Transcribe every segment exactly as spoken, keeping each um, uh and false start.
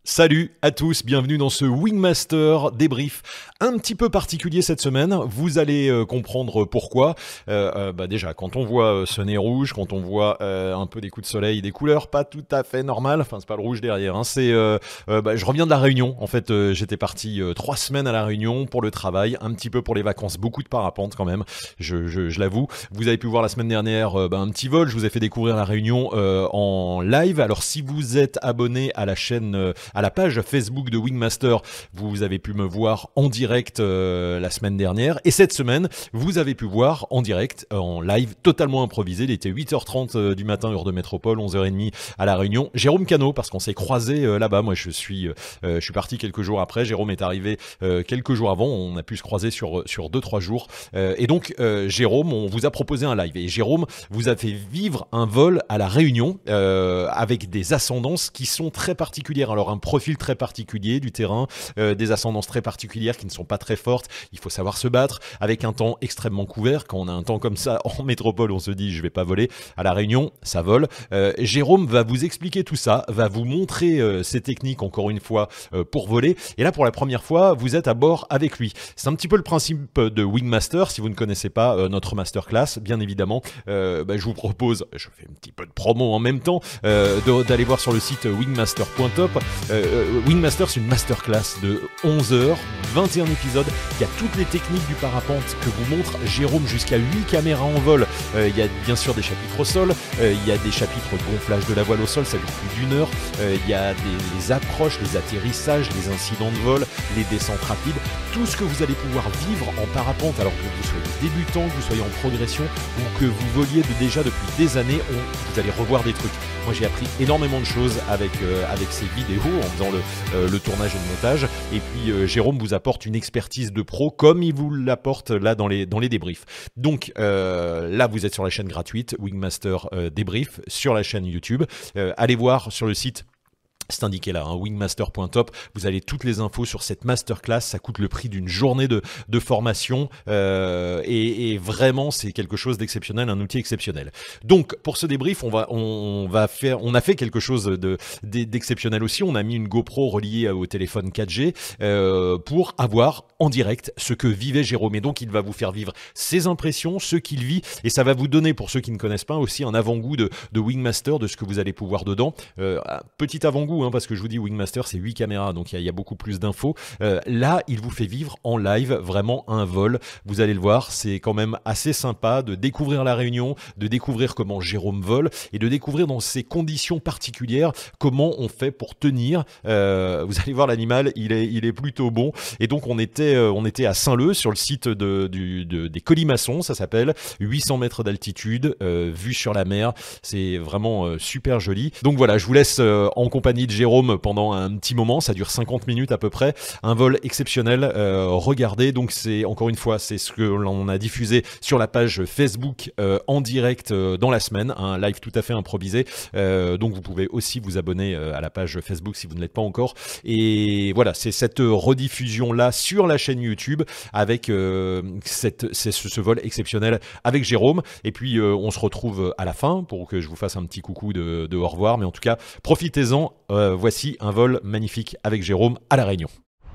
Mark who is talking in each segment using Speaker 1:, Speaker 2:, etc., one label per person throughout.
Speaker 1: Salut à tous, bienvenue dans ce Wingmaster débrief un petit peu particulier cette semaine. Vous allez euh, comprendre pourquoi. Euh, euh, bah déjà, quand on voit euh, ce nez rouge, quand on voit euh, un peu des coups de soleil, des couleurs pas tout à fait normales, enfin c'est pas le rouge derrière, hein, c'est, euh, euh, bah, je reviens de la Réunion. En fait, euh, j'étais parti euh, trois semaines à la Réunion pour le travail, un petit peu pour les vacances, beaucoup de parapente quand même, je, je, je l'avoue. Vous avez pu voir la semaine dernière euh, bah, un petit vol, je vous ai fait découvrir la Réunion euh, en live. Alors si vous êtes abonné à la chaîne... Euh, à la page Facebook de Wingmaster, vous avez pu me voir en direct euh, la semaine dernière. Et cette semaine, vous avez pu voir en direct, en live, totalement improvisé. Il était huit heures trente euh, du matin, heure de métropole, onze heures trente à La Réunion. Jérôme Cano, parce qu'on s'est croisés euh, là-bas. Moi, je suis, euh, je suis parti quelques jours après. Jérôme est arrivé euh, quelques jours avant. On a pu se croiser sur, sur deux trois jours. Euh, et donc, euh, Jérôme, on vous a proposé un live. Et Jérôme vous a fait vivre un vol à La Réunion euh, avec des ascendances qui sont très particulières. Alors, un profil très particulier du terrain, euh, des ascendances très particulières qui ne sont pas très fortes. Il faut savoir se battre avec un temps extrêmement couvert. Quand on a un temps comme ça en métropole, on se dit je vais pas voler. À La Réunion, ça vole. Euh, Jérôme va vous expliquer tout ça, va vous montrer euh, ses techniques encore une fois euh, pour voler. Et là, pour la première fois, vous êtes à bord avec lui. C'est un petit peu le principe de Wingmaster. Si vous ne connaissez pas euh, notre masterclass, bien évidemment, euh, bah, je vous propose, je fais un petit peu de promo en même temps, euh, d'aller voir sur le site wingmaster point top. Euh, Wingmaster, c'est une masterclass de onze heures, vingt et un épisodes. Il y a toutes les techniques du parapente que vous montre Jérôme, jusqu'à huit caméras en vol. Euh, il y a bien sûr des chapitres au sol, euh, il y a des chapitres de gonflage de la voile au sol, ça dure plus d'une heure. Euh, il y a des, les approches, les atterrissages, les incidents de vol, les descentes rapides, tout ce que vous allez pouvoir vivre en parapente, alors que vous soyez débutant, que vous soyez en progression ou que vous voliez de déjà depuis des années, on, vous allez revoir des trucs. Moi, j'ai appris énormément de choses avec, euh, avec ces vidéos en faisant le, euh, le tournage et le montage. Et puis, euh, Jérôme vous apporte une expertise de pro comme il vous l'apporte là dans les, dans les débriefs. Donc, euh, là, vous êtes sur la chaîne gratuite Wingmaster euh, Débrief, sur la chaîne YouTube. Euh, allez voir sur le site. C'est indiqué là, hein, wingmaster point top. Vous avez toutes les infos sur cette masterclass. Ça coûte le prix d'une journée de, de formation euh, et, et vraiment c'est quelque chose d'exceptionnel, un outil exceptionnel. Donc pour ce débrief, on va on va faire, on a fait quelque chose de d'exceptionnel aussi. On a mis une GoPro reliée au téléphone quatre G euh, pour avoir en direct ce que vivait Jérôme. Et donc il va vous faire vivre ses impressions, ce qu'il vit, et ça va vous donner, pour ceux qui ne connaissent pas, aussi un avant-goût de, de Wingmaster, de ce que vous allez pouvoir dedans. Euh, petit avant-goût. Hein, parce que je vous dis Wingmaster c'est huit caméras, donc il y, y a beaucoup plus d'infos. Euh, là il vous fait vivre en live vraiment un vol, vous allez le voir, c'est quand même assez sympa de découvrir la Réunion, de découvrir comment Jérôme vole et de découvrir dans ces conditions particulières comment on fait pour tenir. Euh, vous allez voir, l'animal il est, il est plutôt bon. Et donc on était, euh, on était à Saint-Leu sur le site de, du, de, des Colimaçons, ça s'appelle, huit cents mètres d'altitude, euh, vue sur la mer, c'est vraiment euh, super joli. Donc voilà, je vous laisse euh, en compagnie de Jérôme pendant un petit moment, ça dure cinquante minutes à peu près, un vol exceptionnel. Euh, regardez, donc c'est encore une fois, c'est ce que l'on a diffusé sur la page Facebook euh, en direct euh, dans la semaine, un live tout à fait improvisé. Euh, donc vous pouvez aussi vous abonner euh, à la page Facebook si vous ne l'êtes pas encore. Et voilà, c'est cette rediffusion là sur la chaîne YouTube avec euh, cette, c'est ce, ce vol exceptionnel avec Jérôme. Et puis euh, on se retrouve à la fin pour que je vous fasse un petit coucou de, de au revoir. Mais en tout cas, profitez-en. Euh, voici un vol magnifique avec Jérôme à La Réunion.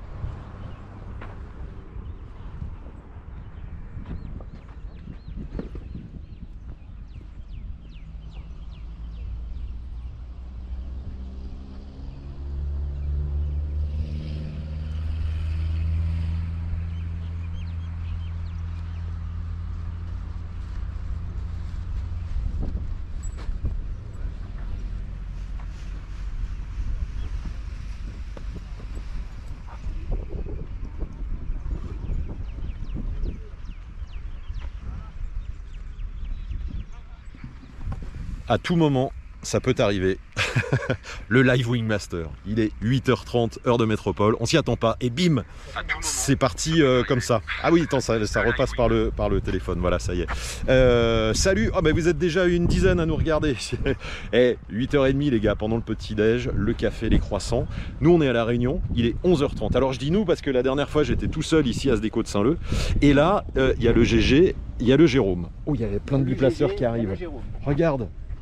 Speaker 1: À tout moment, ça peut arriver. Le live Wingmaster, il est huit heures trente, heure de métropole, on s'y attend pas, et bim, c'est parti euh, comme ça. Ah oui, attends, ça, ça repasse par le, par le téléphone, voilà, ça y est. Euh, salut, oh, bah, vous êtes déjà une dizaine à nous regarder. Et huit heures trente les gars, pendant le petit-déj, le café, les croissants. Nous on est à La Réunion, il est onze heures trente. Alors je dis nous parce que la dernière fois j'étais tout seul ici à Sdeco de Saint-Leu. Et là, il euh, y a le G G, il y a le Jérôme. Oh, il y avait plein de biplaceurs qui arrivent. Regarde.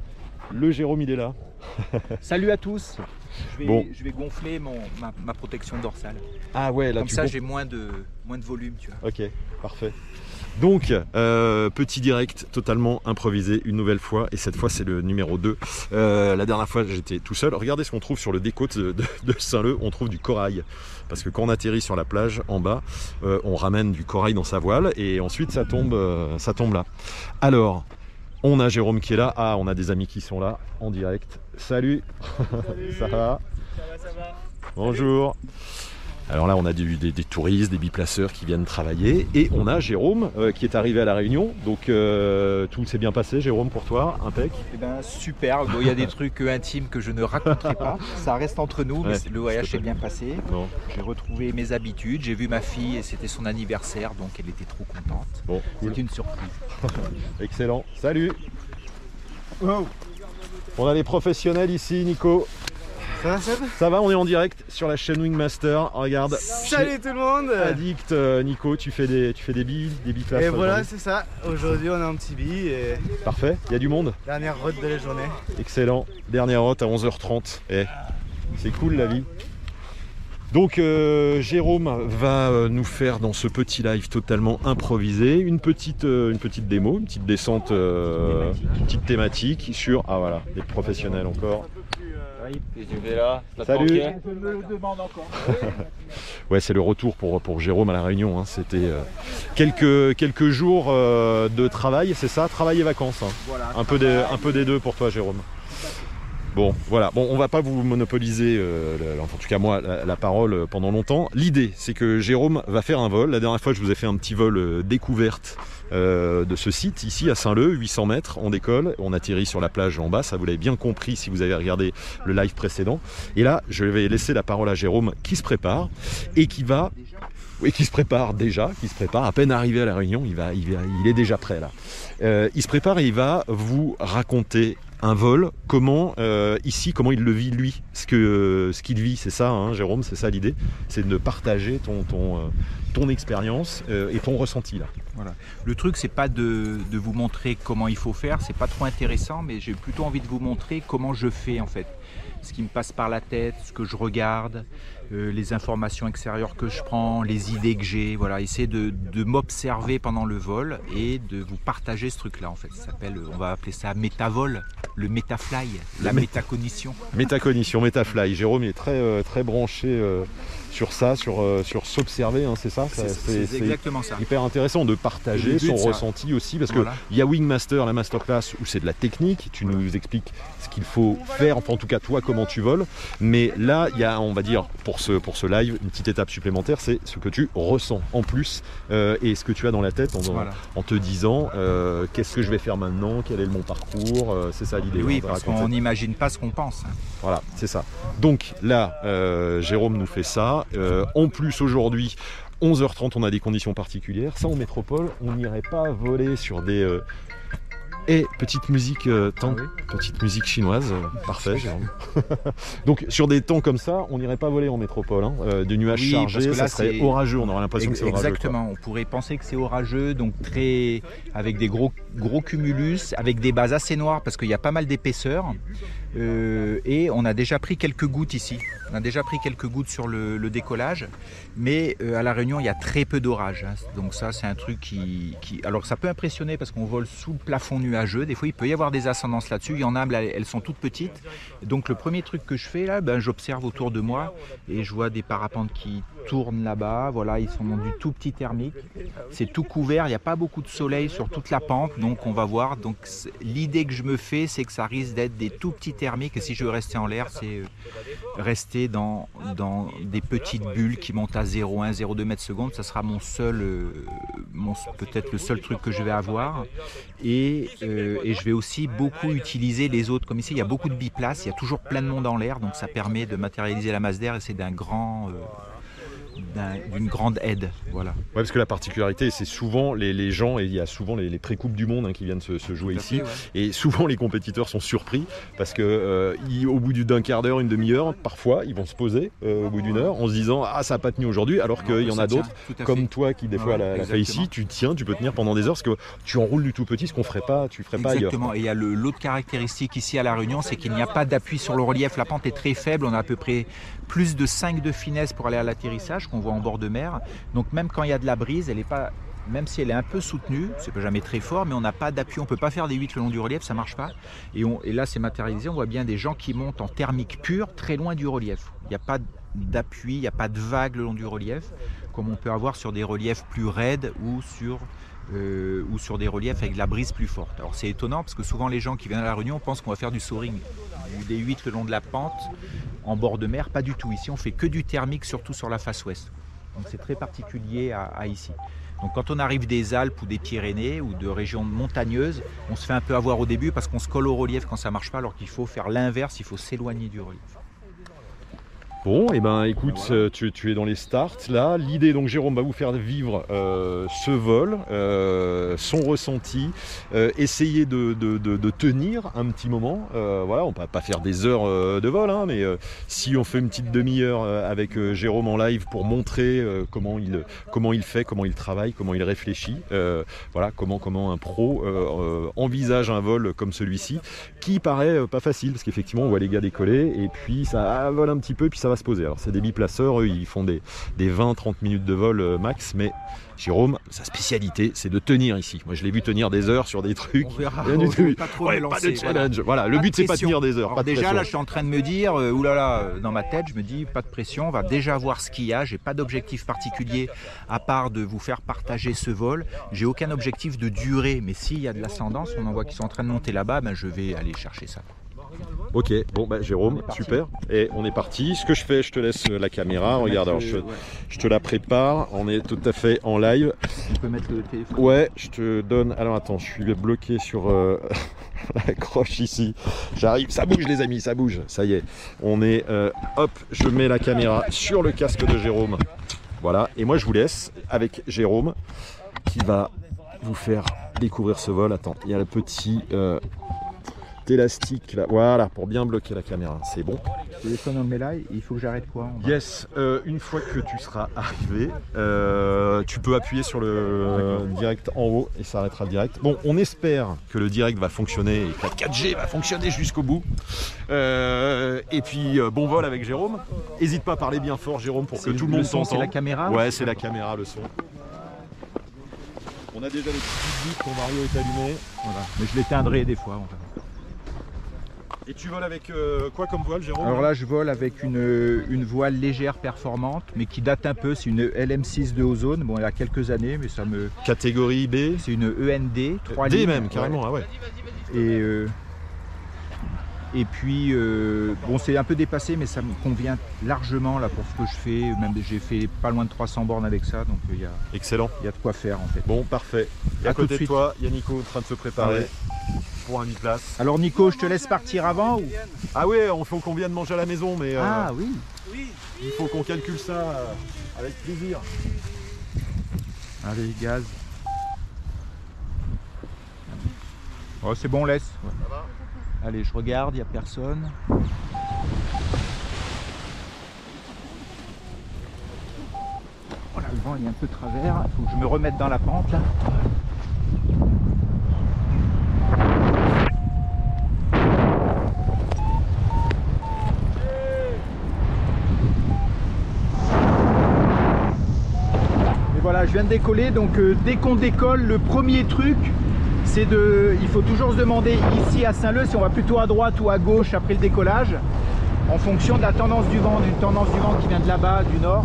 Speaker 1: Le Jérôme, il est là.
Speaker 2: Salut à tous. Je vais,
Speaker 1: Bon.
Speaker 2: je vais gonfler mon, ma, ma protection dorsale.
Speaker 1: Ah ouais, là
Speaker 2: Comme
Speaker 1: tu
Speaker 2: ça,
Speaker 1: gonfles.
Speaker 2: j'ai moins de, moins de volume, tu vois.
Speaker 1: Ok, parfait. Donc, euh, petit direct totalement improvisé une nouvelle fois, et cette fois c'est le numéro deux. Euh, la dernière fois j'étais tout seul. Regardez ce qu'on trouve sur le déco de, de, de Saint-Leu, on trouve du corail. Parce que quand on atterrit sur la plage en bas, euh, on ramène du corail dans sa voile et ensuite ça tombe, euh, ça tombe là. Alors, on a Jérôme qui est là. Ah, on a des amis qui sont là en direct. Salut,
Speaker 3: Salut.
Speaker 1: Ça va?
Speaker 3: Ça va, ça va.
Speaker 1: Bonjour. Alors là, on a des, des, des touristes, des biplaceurs qui viennent travailler. Et on a Jérôme euh, qui est arrivé à La Réunion. Donc euh, tout s'est bien passé, Jérôme, pour toi? Impec.
Speaker 2: Eh ben, super. Bon, il y a des trucs euh, intimes que je ne raconterai pas. Ça reste entre nous, mais
Speaker 1: Ouais,
Speaker 2: c'est- le voyage
Speaker 1: s'il te
Speaker 2: s'est bien passé.
Speaker 1: Bon,
Speaker 2: J'ai retrouvé mes habitudes. J'ai vu ma fille et c'était son anniversaire, donc elle était trop contente.
Speaker 1: bon, cool.
Speaker 2: C'est une surprise.
Speaker 1: Excellent. Salut. On a les professionnels ici, Nico.
Speaker 3: Ça va, Seb?
Speaker 1: Ça va, on est en direct sur la chaîne Wingmaster. Regarde.
Speaker 3: Salut tout le monde.
Speaker 1: Addict, euh, Nico, tu fais des, tu fais des billes, des biplaces.
Speaker 3: Et voilà,
Speaker 1: aujourd'hui.
Speaker 3: c'est ça. Aujourd'hui, on a un petit billet et
Speaker 1: Parfait. Il y a du monde.
Speaker 3: dernière route de la journée.
Speaker 1: Excellent. Dernière route à onze heures trente. Eh, c'est cool la vie. Donc euh, Jérôme va euh, nous faire dans ce petit live totalement improvisé une petite, euh, une petite démo, une petite descente, euh, une petite thématique sur... Ah voilà, des professionnels encore.
Speaker 4: Qu'est-ce que tu fais là? Ça te
Speaker 1: Salut.
Speaker 4: manquait?
Speaker 2: Je me le demande encore.
Speaker 1: Ouais, c'est le retour pour, pour Jérôme à La Réunion. Hein. C'était euh, quelques, quelques jours euh, de travail, c'est ça? Travail et vacances. Hein.
Speaker 2: Voilà,
Speaker 1: Un, peu des, un peu des deux pour toi, Jérôme. Bon, voilà. Bon, on va pas vous monopoliser, euh, la- en tout cas moi, la, la parole euh, pendant longtemps. L'idée, c'est que Jérôme va faire un vol. La dernière fois, je vous ai fait un petit vol euh, découverte euh, de ce site, ici à Saint-Leu, huit cents mètres. On décolle, on atterrit sur la plage en bas. Ça, vous l'avez bien compris si vous avez regardé le live précédent. Et là, je vais laisser la parole à Jérôme qui se prépare et qui va... Oui, qui se prépare déjà, qui se prépare. À peine arrivé à La Réunion, il, va, il, va- il est déjà prêt là. Euh, il se prépare et il va vous raconter un vol, comment euh, ici, comment il le vit lui, ce que euh, ce qu'il vit, c'est ça, hein, Jérôme, c'est ça l'idée, c'est de partager ton ton euh, ton expérience euh, et ton ressenti là.
Speaker 2: Voilà. Le truc, c'est pas de, de vous montrer comment il faut faire, c'est pas trop intéressant, mais j'ai plutôt envie de vous montrer comment je fais en fait. Ce qui me passe par la tête, ce que je regarde, euh, les informations extérieures que je prends, les idées que j'ai. Voilà, essayer de, de m'observer pendant le vol et de vous partager ce truc-là en fait. Ça s'appelle, on va appeler ça métavol, le métafly, la
Speaker 1: Le mé-
Speaker 2: métacognition.
Speaker 1: Métacognition, métafly. Jérôme il est très euh, très branché euh, sur ça, sur euh, sur s'observer, hein, c'est ça. Ça-
Speaker 2: C'est c'est exactement ça.
Speaker 1: hyper intéressant de partager
Speaker 2: Le but,
Speaker 1: son
Speaker 2: ça-
Speaker 1: ressenti aussi parce
Speaker 2: Voilà.
Speaker 1: que il y a Wingmaster, la masterclass où c'est de la technique, tu nous expliques ce qu'il faut faire, enfin en tout cas toi comment tu voles, mais là il y a, on va dire, pour ce, pour ce live, une petite étape supplémentaire, c'est ce que tu ressens en plus euh, et ce que tu as dans la tête en,
Speaker 2: Voilà.
Speaker 1: en te disant euh, qu'est-ce que je vais faire maintenant, quel est mon parcours, euh, c'est ça l'idée.
Speaker 2: Oui,
Speaker 1: on va
Speaker 2: parce
Speaker 1: raconter.
Speaker 2: qu'on n'imagine pas ce qu'on pense. hein.
Speaker 1: Voilà, c'est ça. Donc là, euh, Jérôme nous fait ça. Euh, en plus, aujourd'hui, onze heures trente, on a des conditions particulières. Ça, en métropole, on n'irait pas voler sur des... euh, Et petite musique, euh, temps- petite musique chinoise, euh, parfait, Jérôme. Donc sur des temps comme ça, on n'irait pas voler en métropole. Hein. Euh, des nuages
Speaker 2: Oui, parce
Speaker 1: chargés,
Speaker 2: que
Speaker 1: ça
Speaker 2: là,
Speaker 1: serait
Speaker 2: c'est-
Speaker 1: orageux. On aurait l'impression que c'est orageux.
Speaker 2: Exactement, on pourrait penser que c'est orageux, donc très avec des gros, gros cumulus, avec des bases assez noires parce qu'il y a pas mal d'épaisseur. Euh, et on a déjà pris quelques gouttes ici. On a déjà pris quelques gouttes sur le, le décollage, mais euh, à La Réunion, il y a très peu d'orage. hein. Donc ça, c'est un truc qui, qui... Alors ça peut impressionner parce qu'on vole sous le plafond nuageux. Des fois, il peut y avoir des ascendances là-dessus. Il y en a, mais elles sont toutes petites. Donc le premier truc que je fais là, ben, j'observe autour de moi et je vois des parapentes qui tournent là-bas. Voilà, ils sont dans du tout petit thermique. C'est tout couvert. Il n'y a pas beaucoup de soleil sur toute la pente. Donc on va voir. Donc c'est- l'idée que je me fais, c'est que ça risque d'être des tout petits thermiques. Et si je veux rester en l'air, c'est euh, rester dans, dans des petites bulles qui montent à zéro virgule un, zéro virgule deux mètres secondes. Ça sera mon seul, euh, mon- peut-être le seul truc que je vais avoir. Et, euh, et je vais aussi beaucoup utiliser les autres. Comme ici, il y a beaucoup de biplaces, il y a toujours plein de monde en l'air, donc ça permet de matérialiser la masse d'air et c'est d'un grand, euh, d'une grande aide. Voilà.
Speaker 1: Ouais, parce que la particularité, c'est souvent les, les gens, et il y a souvent les, les pré-coupes du monde hein, qui viennent se, se jouer ici, fait, ouais. Et souvent les compétiteurs sont surpris parce que euh, ils, au bout d'un quart d'heure, une demi-heure, parfois, ils vont se poser euh, au bout d'une heure en se disant ah ça n'a pas tenu aujourd'hui, alors qu'il y en a d'autres comme toi qui des fois ouais, la, la fait ici, tu tiens, tu peux tenir pendant des heures parce que tu enroules du tout petit, ce qu'on ferait pas, tu ferais pas ailleurs.
Speaker 2: Exactement. Et il y a l'autre caractéristique ici à La Réunion, c'est qu'il n'y a pas d'appui sur le relief. La pente est très faible, on a à peu près plus de cinq de finesse pour aller à l'atterrissage qu'on voit en bord de mer. Donc même quand il y a de la brise, elle est pas, même si elle est un peu soutenue, c'est pas jamais très fort, mais on n'a pas d'appui, on peut pas faire des huit le long du relief, ça marche pas. Et, on, et là c'est matérialisé, on voit bien des gens qui montent en thermique pure, très loin du relief. Il n'y a pas d'appui, il n'y a pas de vague le long du relief, comme on peut avoir sur des reliefs plus raides ou sur Euh, ou sur des reliefs avec de la brise plus forte. Alors c'est étonnant parce que souvent les gens qui viennent à La Réunion pensent qu'on va faire du soaring ou des huit le long de la pente en bord de mer, pas du tout. Ici on fait que du thermique, surtout sur la face ouest. Donc c'est très particulier à, à ici. Donc quand on arrive des Alpes ou des Pyrénées ou de régions montagneuses, on se fait un peu avoir au début parce qu'on se colle au relief quand ça marche pas, alors qu'il faut faire l'inverse, il faut s'éloigner du relief.
Speaker 1: Bon, et eh ben écoute, voilà. tu, tu es dans les starts là. L'idée, donc Jérôme va vous faire vivre euh, ce vol, euh, son ressenti, euh, essayer de, de, de, de tenir un petit moment. Euh, voilà, on ne va pas faire des heures euh, de vol, hein, mais euh, si on fait une petite demi-heure euh, avec euh, Jérôme en live pour montrer euh, comment, il, comment il fait, comment il travaille, comment il réfléchit, euh, voilà, comment, comment un pro euh, euh, envisage un vol comme celui-ci, qui paraît euh, pas facile, parce qu'effectivement on voit les gars décoller, et puis ça vole un petit peu, puis ça va se poser. Alors c'est des biplaceurs, eux ils font des, des vingt trente minutes de vol euh, max, mais Jérôme, sa spécialité c'est de tenir ici. Moi je l'ai vu tenir des heures sur des trucs.
Speaker 2: On verra,
Speaker 1: rien du tout.
Speaker 2: Pas, trop
Speaker 1: ouais, pas de challenge. Voilà, voilà. Le but c'est pas de tenir des heures.
Speaker 2: Alors
Speaker 1: pas de
Speaker 2: déjà
Speaker 1: pression.
Speaker 2: Là je suis en train de me dire, euh, oulala, dans ma tête je me dis pas de pression, on va déjà voir ce qu'il y a. J'ai pas d'objectif particulier à part de vous faire partager ce vol. J'ai aucun objectif de durée, mais s'il y a de l'ascendance, on en voit qu'ils sont en train de monter là-bas, ben, je vais aller chercher ça.
Speaker 1: Ok, bon bah Jérôme, super, et on est parti. Ce que je fais, je te laisse la caméra, regarde, alors je, je te la prépare, on est tout à fait en live.
Speaker 2: On peut mettre le téléphone.
Speaker 1: Ouais, je te donne, alors attends, je suis bloqué sur euh, la croche ici, j'arrive, ça bouge les amis, ça bouge, ça y est. On est, euh, hop, je mets la caméra sur le casque de Jérôme, voilà, et moi je vous laisse avec Jérôme qui va vous faire découvrir ce vol. Attends, il y a le petit... Euh, élastique là, voilà, pour bien bloquer la caméra, c'est bon.
Speaker 2: Le téléphone on le met là, il faut que j'arrête quoi?
Speaker 1: Yes, euh, une fois que tu seras arrivé, euh, tu peux appuyer sur le euh, direct en haut et ça arrêtera le direct. Bon, on espère que le direct va fonctionner et que la quatre G va fonctionner jusqu'au bout. Euh, et puis, euh, bon vol avec Jérôme. N'hésite pas à parler bien fort, Jérôme, pour que tout le monde t'entende.
Speaker 2: C'est la caméra?
Speaker 1: Ouais, c'est la caméra, le son. On a déjà les petites boucles, ton Mario est allumé.
Speaker 2: Voilà, mais je l'éteindrai des fois. On verra.
Speaker 1: Et tu voles avec euh, quoi comme voile, Jérôme?
Speaker 2: Alors là, je vole avec une, une voile légère performante, mais qui date un peu. C'est une L M six de Ozone. Bon, il y a quelques années, mais ça me...
Speaker 1: Catégorie B?
Speaker 2: C'est une E N D, trois
Speaker 1: D
Speaker 2: lignes.
Speaker 1: même, carrément,
Speaker 2: ouais.
Speaker 1: Ah ouais.
Speaker 2: Et, euh, et puis, euh, bon, c'est un peu dépassé, mais ça me convient largement là pour ce que je fais. Même j'ai fait pas loin de trois cents bornes avec ça, donc il y a...
Speaker 1: Excellent.
Speaker 2: Il y a de quoi faire en fait.
Speaker 1: Bon, parfait. Et à, à côté de, de toi, il y a Nico en train de se préparer. Ah ouais. Pour un mi-place.
Speaker 2: Alors Nico, je te laisse partir avant ou...
Speaker 1: Ah oui, il faut qu'on vienne manger à la maison, mais euh,
Speaker 2: ah oui,
Speaker 1: il faut qu'on calcule ça euh, avec plaisir.
Speaker 2: Allez, gaz. Oh, c'est bon, laisse. Ouais.
Speaker 1: Ça va ?
Speaker 2: Allez, je regarde, il n'y a personne. Voilà, le vent il est un peu travers, il faut que je me remette dans la pente là. Voilà, je viens de décoller, donc euh, dès qu'on décolle, le premier truc, c'est de... Il faut toujours se demander ici à Saint-Leu si on va plutôt à droite ou à gauche après le décollage, en fonction de la tendance du vent, d'une tendance du vent qui vient de là-bas, du nord,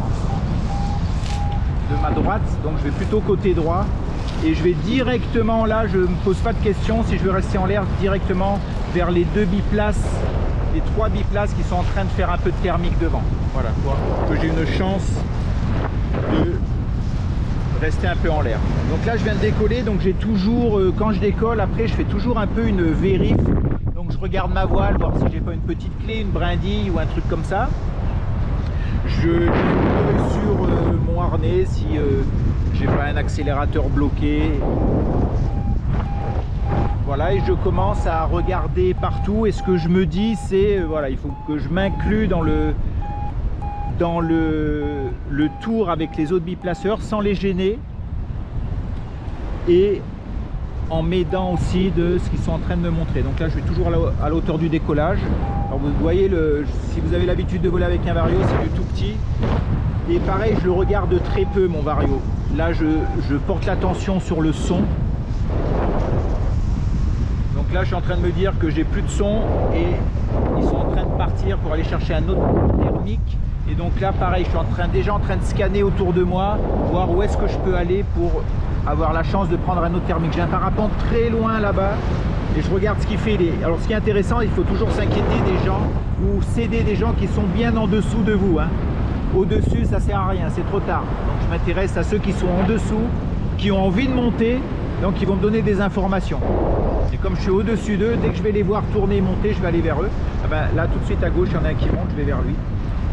Speaker 2: de ma droite, donc je vais plutôt côté droit, et je vais directement là, je ne me pose pas de questions, si je veux rester en l'air, directement vers les deux biplaces, les trois biplaces qui sont en train de faire un peu de thermique devant. Voilà, pour que j'ai une chance de... rester un peu en l'air. Donc là je viens de décoller, donc j'ai toujours, euh, quand je décolle, après je fais toujours un peu une vérif. Donc je regarde ma voile, voir si j'ai pas une petite clé, une brindille ou un truc comme ça. Je, je sur euh, euh, mon harnais si euh, j'ai pas un accélérateur bloqué. Voilà, et je commence à regarder partout et ce que je me dis c'est euh, voilà, il faut que je m'inclue dans le dans le, le tour avec les autres biplaceurs sans les gêner et en m'aidant aussi de ce qu'ils sont en train de me montrer. Donc là je suis toujours à la hauteur du décollage. Alors vous voyez, le, si vous avez l'habitude de voler avec un Vario, c'est du tout petit. Et pareil, je le regarde très peu mon Vario. Là je, je porte l'attention sur le son. Donc là je suis en train de me dire que j'ai plus de son et ils sont en train de partir pour aller chercher un autre thermique. Et donc là pareil, je suis en train, déjà en train de scanner autour de moi, voir où est-ce que je peux aller pour avoir la chance de prendre un autre thermique. J'ai un parapente très loin là-bas et je regarde ce qu'il fait. Alors ce qui est intéressant, il faut toujours s'inquiéter des gens ou s'aider des gens qui sont bien en dessous de vous, hein. Au-dessus ça sert à rien, c'est trop tard. Donc je m'intéresse à ceux qui sont en dessous, qui ont envie de monter, donc ils vont me donner des informations. Et comme je suis au-dessus d'eux, dès que je vais les voir tourner et monter, je vais aller vers eux. Ah ben, là tout de suite à gauche, il y en a un qui monte, je vais vers lui.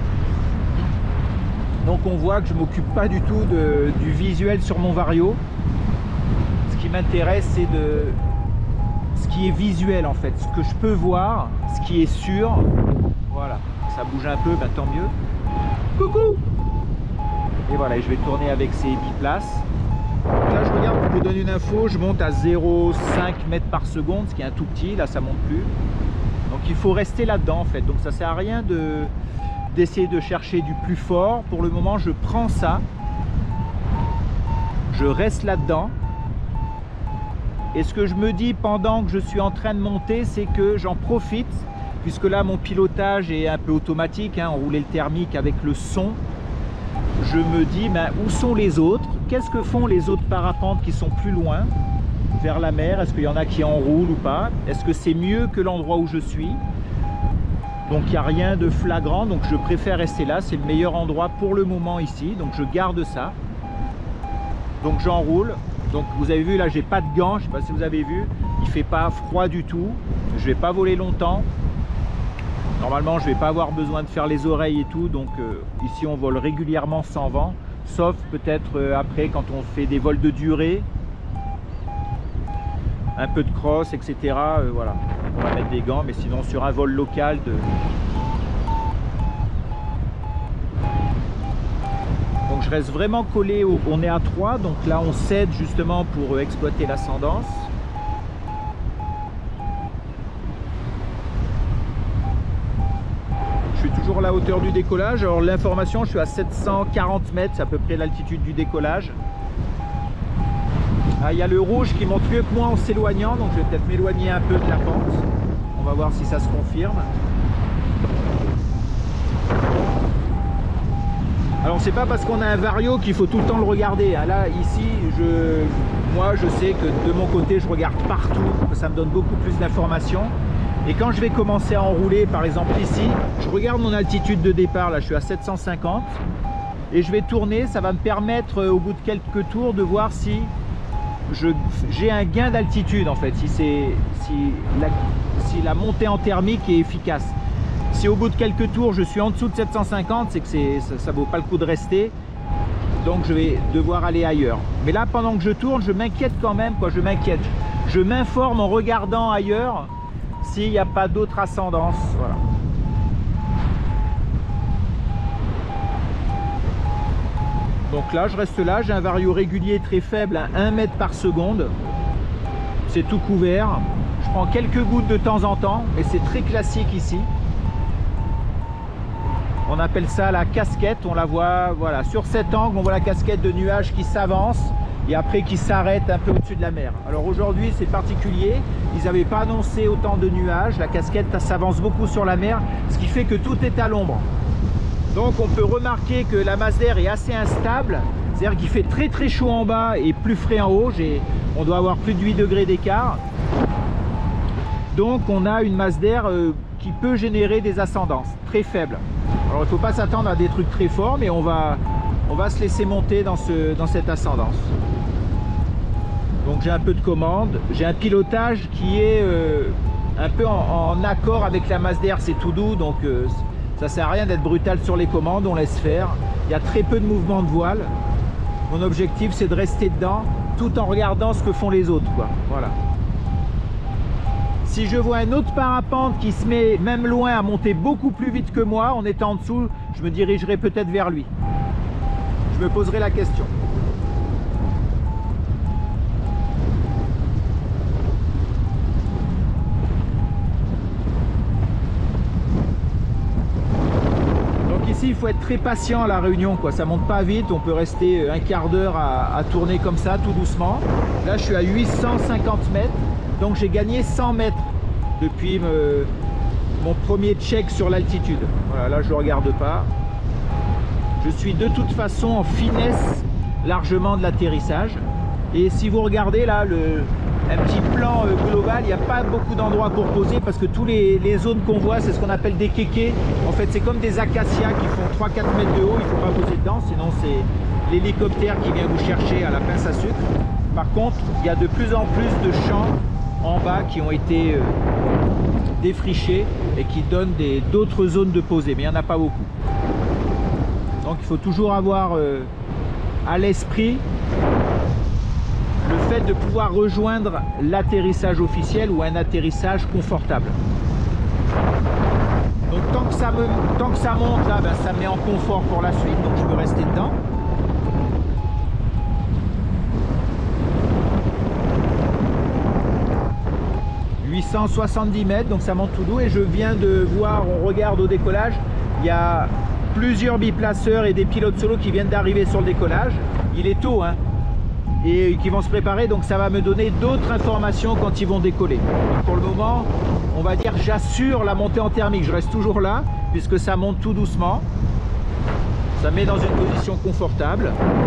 Speaker 2: Donc on voit que je ne m'occupe pas du tout de, du visuel sur mon Vario. Ce qui m'intéresse, c'est de ce qui est visuel en fait, ce que je peux voir, ce qui est sûr. Voilà, ça bouge un peu, ben, tant mieux. Coucou! Et voilà, je vais tourner avec ces biplaces. Donc là je regarde pour vous donner une info, je monte à zéro virgule cinq mètres par seconde, ce qui est un tout petit, là ça monte plus. Donc il faut rester là-dedans en fait, donc ça sert à rien de d'essayer de chercher du plus fort. Pour le moment je prends ça, je reste là-dedans et ce que je me dis pendant que je suis en train de monter, c'est que j'en profite puisque là mon pilotage est un peu automatique, hein, enrouler le thermique avec le son. Je me dis ben, où sont les autres, qu'est-ce que font les autres parapentes qui sont plus loin vers la mer, est-ce qu'il y en a qui enroulent ou pas, est-ce que c'est mieux que l'endroit où je suis. Donc il n'y a rien de flagrant, donc je préfère rester là, c'est le meilleur endroit pour le moment ici, donc je garde ça. Donc j'enroule, donc vous avez vu là j'ai pas de gants, je ne sais pas si vous avez vu, il fait pas froid du tout, je vais pas voler longtemps. Normalement je vais pas avoir besoin de faire les oreilles et tout, donc euh, ici on vole régulièrement sans vent, sauf peut-être euh, après quand on fait des vols de durée, un peu de cross, et cetera. Euh, voilà, on va mettre des gants, mais sinon sur un vol local de... Donc je reste vraiment collé, au... on est à trois, donc là on cède justement pour euh, exploiter l'ascendance. Je suis toujours à la hauteur du décollage. Alors l'information, je suis à sept cent quarante mètres, c'est à peu près l'altitude du décollage. Ah, il y a le rouge qui monte mieux que moi en s'éloignant, donc je vais peut-être m'éloigner un peu de la pente. On va voir si ça se confirme. Alors c'est pas parce qu'on a un Vario qu'il faut tout le temps le regarder. Là ici, je, moi je sais que de mon côté je regarde partout, ça me donne beaucoup plus d'informations. Et quand je vais commencer à enrouler, par exemple ici, je regarde mon altitude de départ, là je suis à sept cent cinquante, et je vais tourner, ça va me permettre au bout de quelques tours de voir si j'ai un gain d'altitude en fait, si, si, la, si la montée en thermique est efficace. Si au bout de quelques tours je suis en dessous de sept cent cinquante, c'est que ça ne vaut pas le coup de rester, donc je vais devoir aller ailleurs. Mais là pendant que je tourne, je m'inquiète quand même, quoi, je m'inquiète. Je m'informe en regardant ailleurs s'il n'y a pas d'autre ascendance. Voilà. Donc là je reste là, j'ai un Vario régulier très faible à un mètre par seconde, c'est tout couvert, je prends quelques gouttes de temps en temps et c'est très classique ici. On appelle ça la casquette, on la voit, voilà, sur cet angle on voit la casquette de nuages qui s'avance et après qui s'arrête un peu au-dessus de la mer. Alors aujourd'hui c'est particulier, ils n'avaient pas annoncé autant de nuages, la casquette s'avance beaucoup sur la mer, ce qui fait que tout est à l'ombre. Donc on peut remarquer que la masse d'air est assez instable, c'est-à-dire qu'il fait très très chaud en bas et plus frais en haut, on doit avoir plus de huit degrés d'écart. Donc on a une masse d'air euh, qui peut générer des ascendances très faibles. Alors il ne faut pas s'attendre à des trucs très forts, mais on va, on va se laisser monter dans, ce, dans cette ascendance. Donc j'ai un peu de commande, j'ai un pilotage qui est euh, un peu en, en accord avec la masse d'air, c'est tout doux, donc euh, Ça sert à rien d'être brutal sur les commandes, on laisse faire. Il y a très peu de mouvement de voile. Mon objectif, c'est de rester dedans tout en regardant ce que font les autres, quoi. Voilà. Si je vois un autre parapente qui se met même loin à monter beaucoup plus vite que moi, en étant en dessous, je me dirigerai peut-être vers lui. Je me poserai la question. Donc ici, il faut être très patient à la réunion, quoi. Ça monte pas vite, on peut rester un quart d'heure à, à tourner comme ça, tout doucement. Là, je suis à huit cent cinquante mètres. Donc j'ai gagné cent mètres depuis me, mon premier check sur l'altitude. Voilà, là je ne regarde pas. Je suis de toute façon en finesse largement de l'atterrissage. Et si vous regardez là le, un petit plan euh, global, il n'y a pas beaucoup d'endroits pour poser parce que tous les, les zones qu'on voit, c'est ce qu'on appelle des kékés. En fait, c'est comme des acacias qui font trois quatre mètres de haut, il ne faut pas poser dedans, sinon c'est l'hélicoptère qui vient vous chercher à la pince à sucre. Par contre, il y a de plus en plus de champs en bas qui ont été euh, défrichés et qui donnent d'autres zones de posée, mais il n'y en a pas beaucoup. Donc il faut toujours avoir euh, à l'esprit le fait de pouvoir rejoindre l'atterrissage officiel ou un atterrissage confortable. Donc tant que ça, me, tant que ça monte là, ben, ça me met en confort pour la suite, donc je peux rester dedans. huit cent soixante-dix mètres, donc ça monte tout doux et je viens de voir, on regarde au décollage, il y a plusieurs biplaceurs et des pilotes solo qui viennent d'arriver sur le décollage. Il est tôt, hein, et qui vont se préparer, donc ça va me donner d'autres informations quand ils vont décoller. Donc pour le moment, on va dire j'assure la montée en thermique, je reste toujours là puisque ça monte tout doucement. Ça me met dans une position confortable.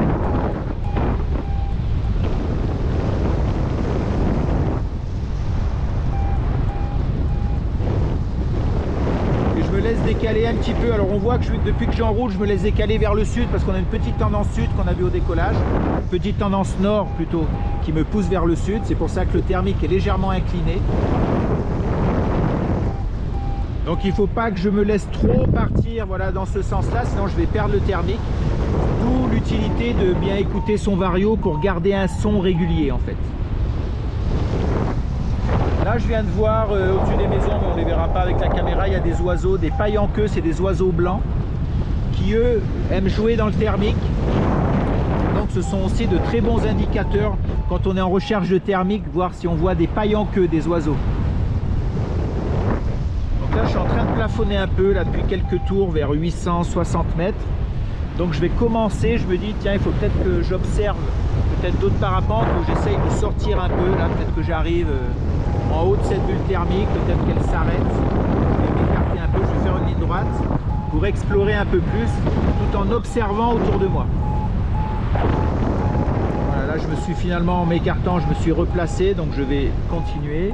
Speaker 2: Laisse décaler un petit peu. Alors on voit que je, depuis que j'enroule, je me laisse décaler vers le sud parce qu'on a une petite tendance sud qu'on a vu au décollage, une petite tendance nord plutôt qui me pousse vers le sud. C'est pour ça que le thermique est légèrement incliné. Donc il ne faut pas que je me laisse trop partir, voilà, dans ce sens-là, sinon je vais perdre le thermique. D'où l'utilité de bien écouter son vario pour garder un son régulier en fait. Là, je viens de voir euh, au-dessus des maisons, mais on ne les verra pas avec la caméra, il y a des oiseaux, des pailles en queue, c'est des oiseaux blancs qui, eux, aiment jouer dans le thermique. Donc, ce sont aussi de très bons indicateurs quand on est en recherche de thermique, voir si on voit des pailles en queue, des oiseaux. Donc là, je suis en train de plafonner un peu, là, depuis quelques tours, vers huit cent soixante mètres. Donc, je vais commencer, je me dis, tiens, il faut peut-être que j'observe peut-être d'autres parapentes où j'essaye de sortir un peu, là, peut-être que j'arrive... Euh, en haut de cette bulle thermique, peut-être qu'elle s'arrête. Je vais m'écarter un peu, je vais faire une ligne droite pour explorer un peu plus tout en observant autour de moi. Voilà, là je me suis finalement, en m'écartant, je me suis replacé, donc je vais continuer.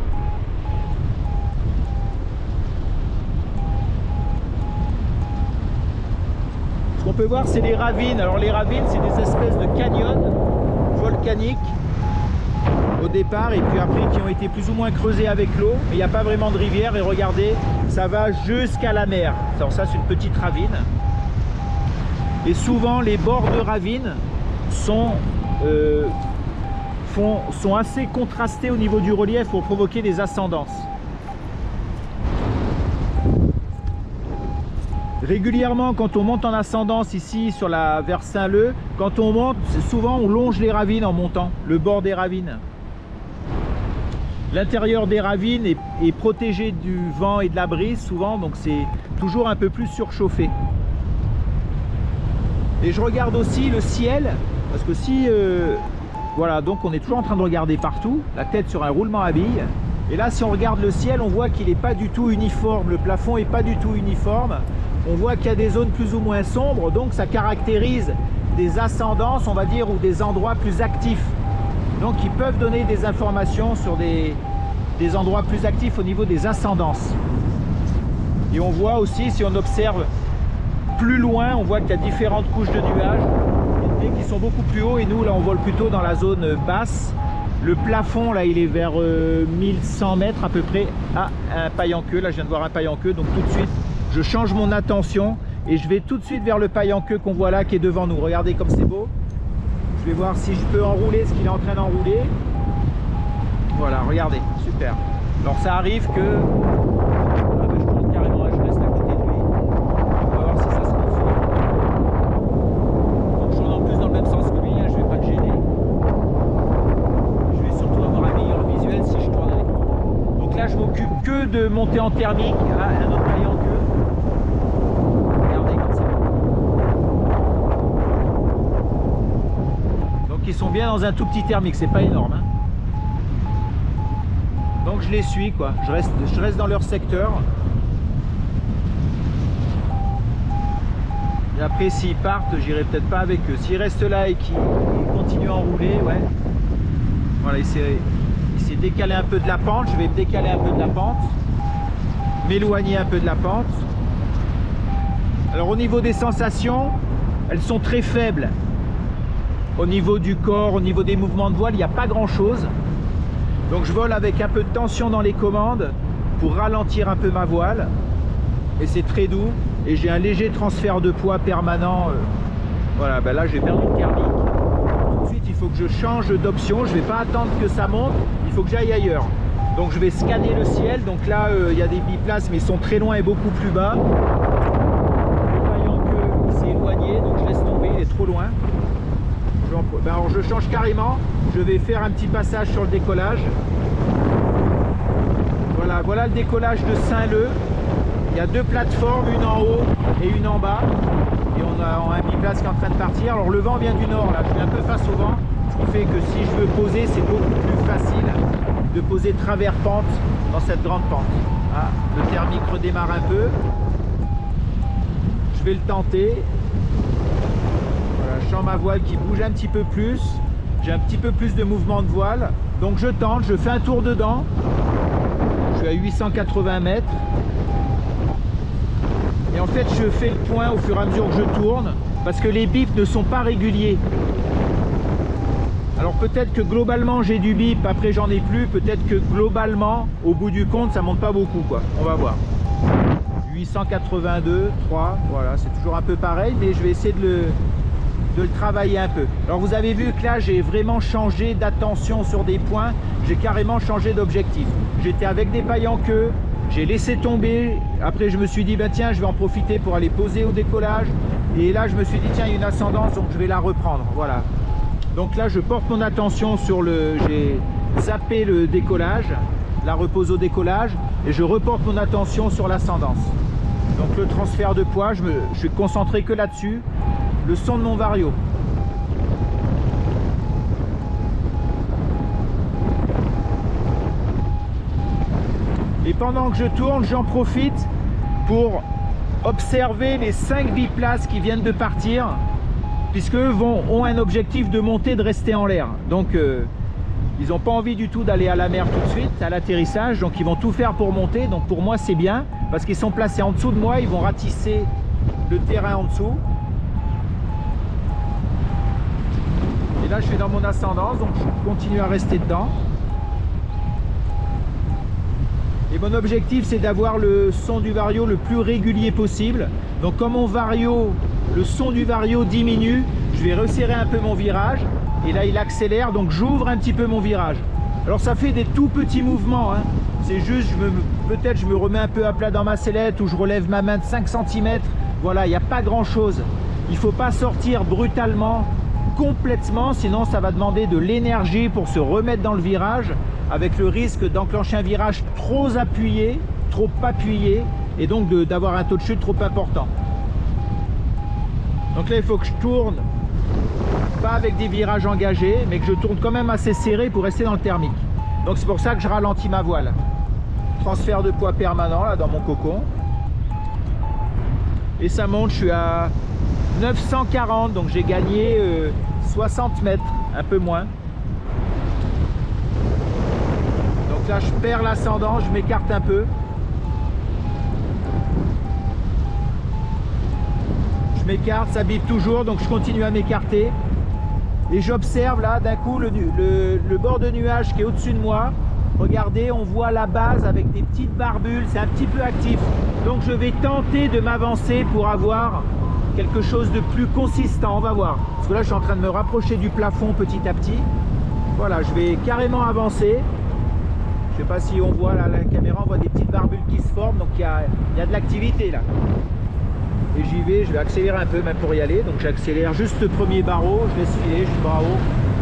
Speaker 2: Ce qu'on peut voir, c'est les ravines. Alors les ravines, c'est des espèces de canyons volcaniques au départ et puis après qui ont été plus ou moins creusés avec l'eau, mais il n'y a pas vraiment de rivière et regardez, ça va jusqu'à la mer. Alors ça, c'est une petite ravine et souvent les bords de ravines sont, euh, font, sont assez contrastés au niveau du relief pour provoquer des ascendances. Régulièrement, quand on monte en ascendance ici sur la vers Saint-Leu, quand on monte, souvent on longe les ravines en montant, le bord des ravines. L'intérieur des ravines est, est protégé du vent et de la brise souvent, donc c'est toujours un peu plus surchauffé. Et je regarde aussi le ciel, parce que si... Euh, voilà, donc on est toujours en train de regarder partout, la tête sur un roulement à billes. Et là, si on regarde le ciel, on voit qu'il n'est pas du tout uniforme, le plafond n'est pas du tout uniforme. On voit qu'il y a des zones plus ou moins sombres, donc ça caractérise des ascendances, on va dire, ou des endroits plus actifs. Donc ils peuvent donner des informations sur des, des endroits plus actifs au niveau des ascendances. Et on voit aussi, si on observe plus loin, on voit qu'il y a différentes couches de nuages qui sont beaucoup plus hauts et nous là on vole plutôt dans la zone basse. Le plafond là il est vers euh, mille cent mètres à peu près. Ah, un paille en queue, là je viens de voir un paille en queue, donc tout de suite je change mon attention et je vais tout de suite vers le paille en queue qu'on voit là qui est devant nous. Regardez comme c'est beau. Je vais voir si je peux enrouler ce qu'il est en train d'enrouler. Voilà, regardez, super. Alors ça arrive que... Ah ben, je tourne carrément, je reste à côté de lui. On va voir si ça se confirme. Donc je tourne en plus dans le même sens que lui, hein, je ne vais pas le gêner. Je vais surtout avoir un meilleur visuel si je tourne avec lui. Donc là je m'occupe que de monter en thermique, hein, un autre paille en queue. Regardez comme c'est beau. Donc ils sont bien dans un tout petit thermique, c'est pas énorme. Hein. Donc je les suis quoi, je reste, je reste dans leur secteur. Et après s'ils partent, j'irai peut-être pas avec eux. S'ils restent là et qu'ils continuent à enrouler, ouais. Voilà, il s'est décalé un peu de la pente, je vais me décaler un peu de la pente. M'éloigner un peu de la pente. Alors au niveau des sensations, elles sont très faibles. Au niveau du corps, au niveau des mouvements de voile, il n'y a pas grand chose. Donc je vole avec un peu de tension dans les commandes pour ralentir un peu ma voile. Et c'est très doux. Et j'ai un léger transfert de poids permanent. Voilà, ben là j'ai perdu le thermique. Tout de suite il faut que je change d'option. Je ne vais pas attendre que ça monte. Il faut que j'aille ailleurs. Donc je vais scanner le ciel. Donc là euh, il y a des biplaces mais ils sont très loin et beaucoup plus bas. Le paille en queue s'est éloigné. Donc je laisse tomber, il est trop loin. Ben alors je change carrément, je vais faire un petit passage sur le décollage. Voilà, voilà le décollage de Saint-Leu. Il y a deux plateformes, une en haut et une en bas. Et on a un biplace qui est en train de partir. Alors le vent vient du nord, là, je suis un peu face au vent. Ce qui fait que si je veux poser, c'est beaucoup plus facile de poser travers pente dans cette grande pente. Ah, le thermique redémarre un peu. Je vais le tenter. Je sens ma voile qui bouge un petit peu plus, j'ai un petit peu plus de mouvement de voile, donc je tente, je fais un tour dedans, je suis à huit cent quatre-vingts mètres, et en fait je fais le point au fur et à mesure que je tourne, parce que les bips ne sont pas réguliers. Alors peut-être que globalement j'ai du bip, après j'en ai plus, peut-être que globalement, au bout du compte, ça monte pas beaucoup, quoi. On va voir. huit cent quatre-vingt-deux, trois, voilà, c'est toujours un peu pareil, mais je vais essayer de le... de le travailler un peu. Alors vous avez vu que là j'ai vraiment changé d'attention sur des points, j'ai carrément changé d'objectif. J'étais avec des pailles en queue, j'ai laissé tomber, après je me suis dit ben tiens je vais en profiter pour aller poser au décollage, et là je me suis dit tiens il y a une ascendance donc je vais la reprendre, voilà. Donc là je porte mon attention sur le, j'ai zappé le décollage, la repose au décollage, et je reporte mon attention sur l'ascendance. Donc le transfert de poids, je, me, je suis concentré que là-dessus. Le son de mon vario. Et pendant que je tourne, j'en profite pour observer les cinq biplaces qui viennent de partir, puisque eux vont, ont un objectif de monter, de rester en l'air. Donc euh, ils n'ont pas envie du tout d'aller à la mer tout de suite, à l'atterrissage, donc ils vont tout faire pour monter. Donc pour moi c'est bien, parce qu'ils sont placés en dessous de moi, ils vont ratisser le terrain en dessous. Et là je suis dans mon ascendance, donc je continue à rester dedans. Et mon objectif c'est d'avoir le son du vario le plus régulier possible. Donc comme mon vario, le son du vario diminue, je vais resserrer un peu mon virage. Et là il accélère, donc j'ouvre un petit peu mon virage. Alors ça fait des tout petits mouvements, hein. C'est juste, peut-être je me remets un peu à plat dans ma sellette, ou je relève ma main de cinq centimètres. Voilà, il n'y a pas grand chose. Il ne faut pas sortir brutalement, complètement, sinon ça va demander de l'énergie pour se remettre dans le virage, avec le risque d'enclencher un virage trop appuyé, trop appuyé, et donc d'avoir un taux de chute trop important. Donc là il faut que je tourne, pas avec des virages engagés, mais que je tourne quand même assez serré pour rester dans le thermique. Donc c'est pour ça que je ralentis ma voile. Transfert de poids permanent là dans mon cocon. Et ça monte, je suis à neuf cent quarante, donc j'ai gagné euh, soixante mètres, un peu moins. Donc là je perds l'ascendant, je m'écarte un peu. Je m'écarte, ça bip toujours, donc je continue à m'écarter. Et j'observe là d'un coup le, le, le bord de nuage qui est au-dessus de moi. regardez, on voit la base avec des petites barbules, c'est un petit peu actif. Donc je vais tenter de m'avancer pour avoir quelque chose de plus consistant, on va voir. Parce que là je suis en train de me rapprocher du plafond petit à petit. Voilà, je vais carrément avancer. Je sais pas si on voit là, la caméra, on voit des petites barbules qui se forment, donc il y a, il y a de l'activité là. Et j'y vais, je vais accélérer un peu même pour y aller. Donc j'accélère juste le premier barreau, je laisse filer, juste bras haut.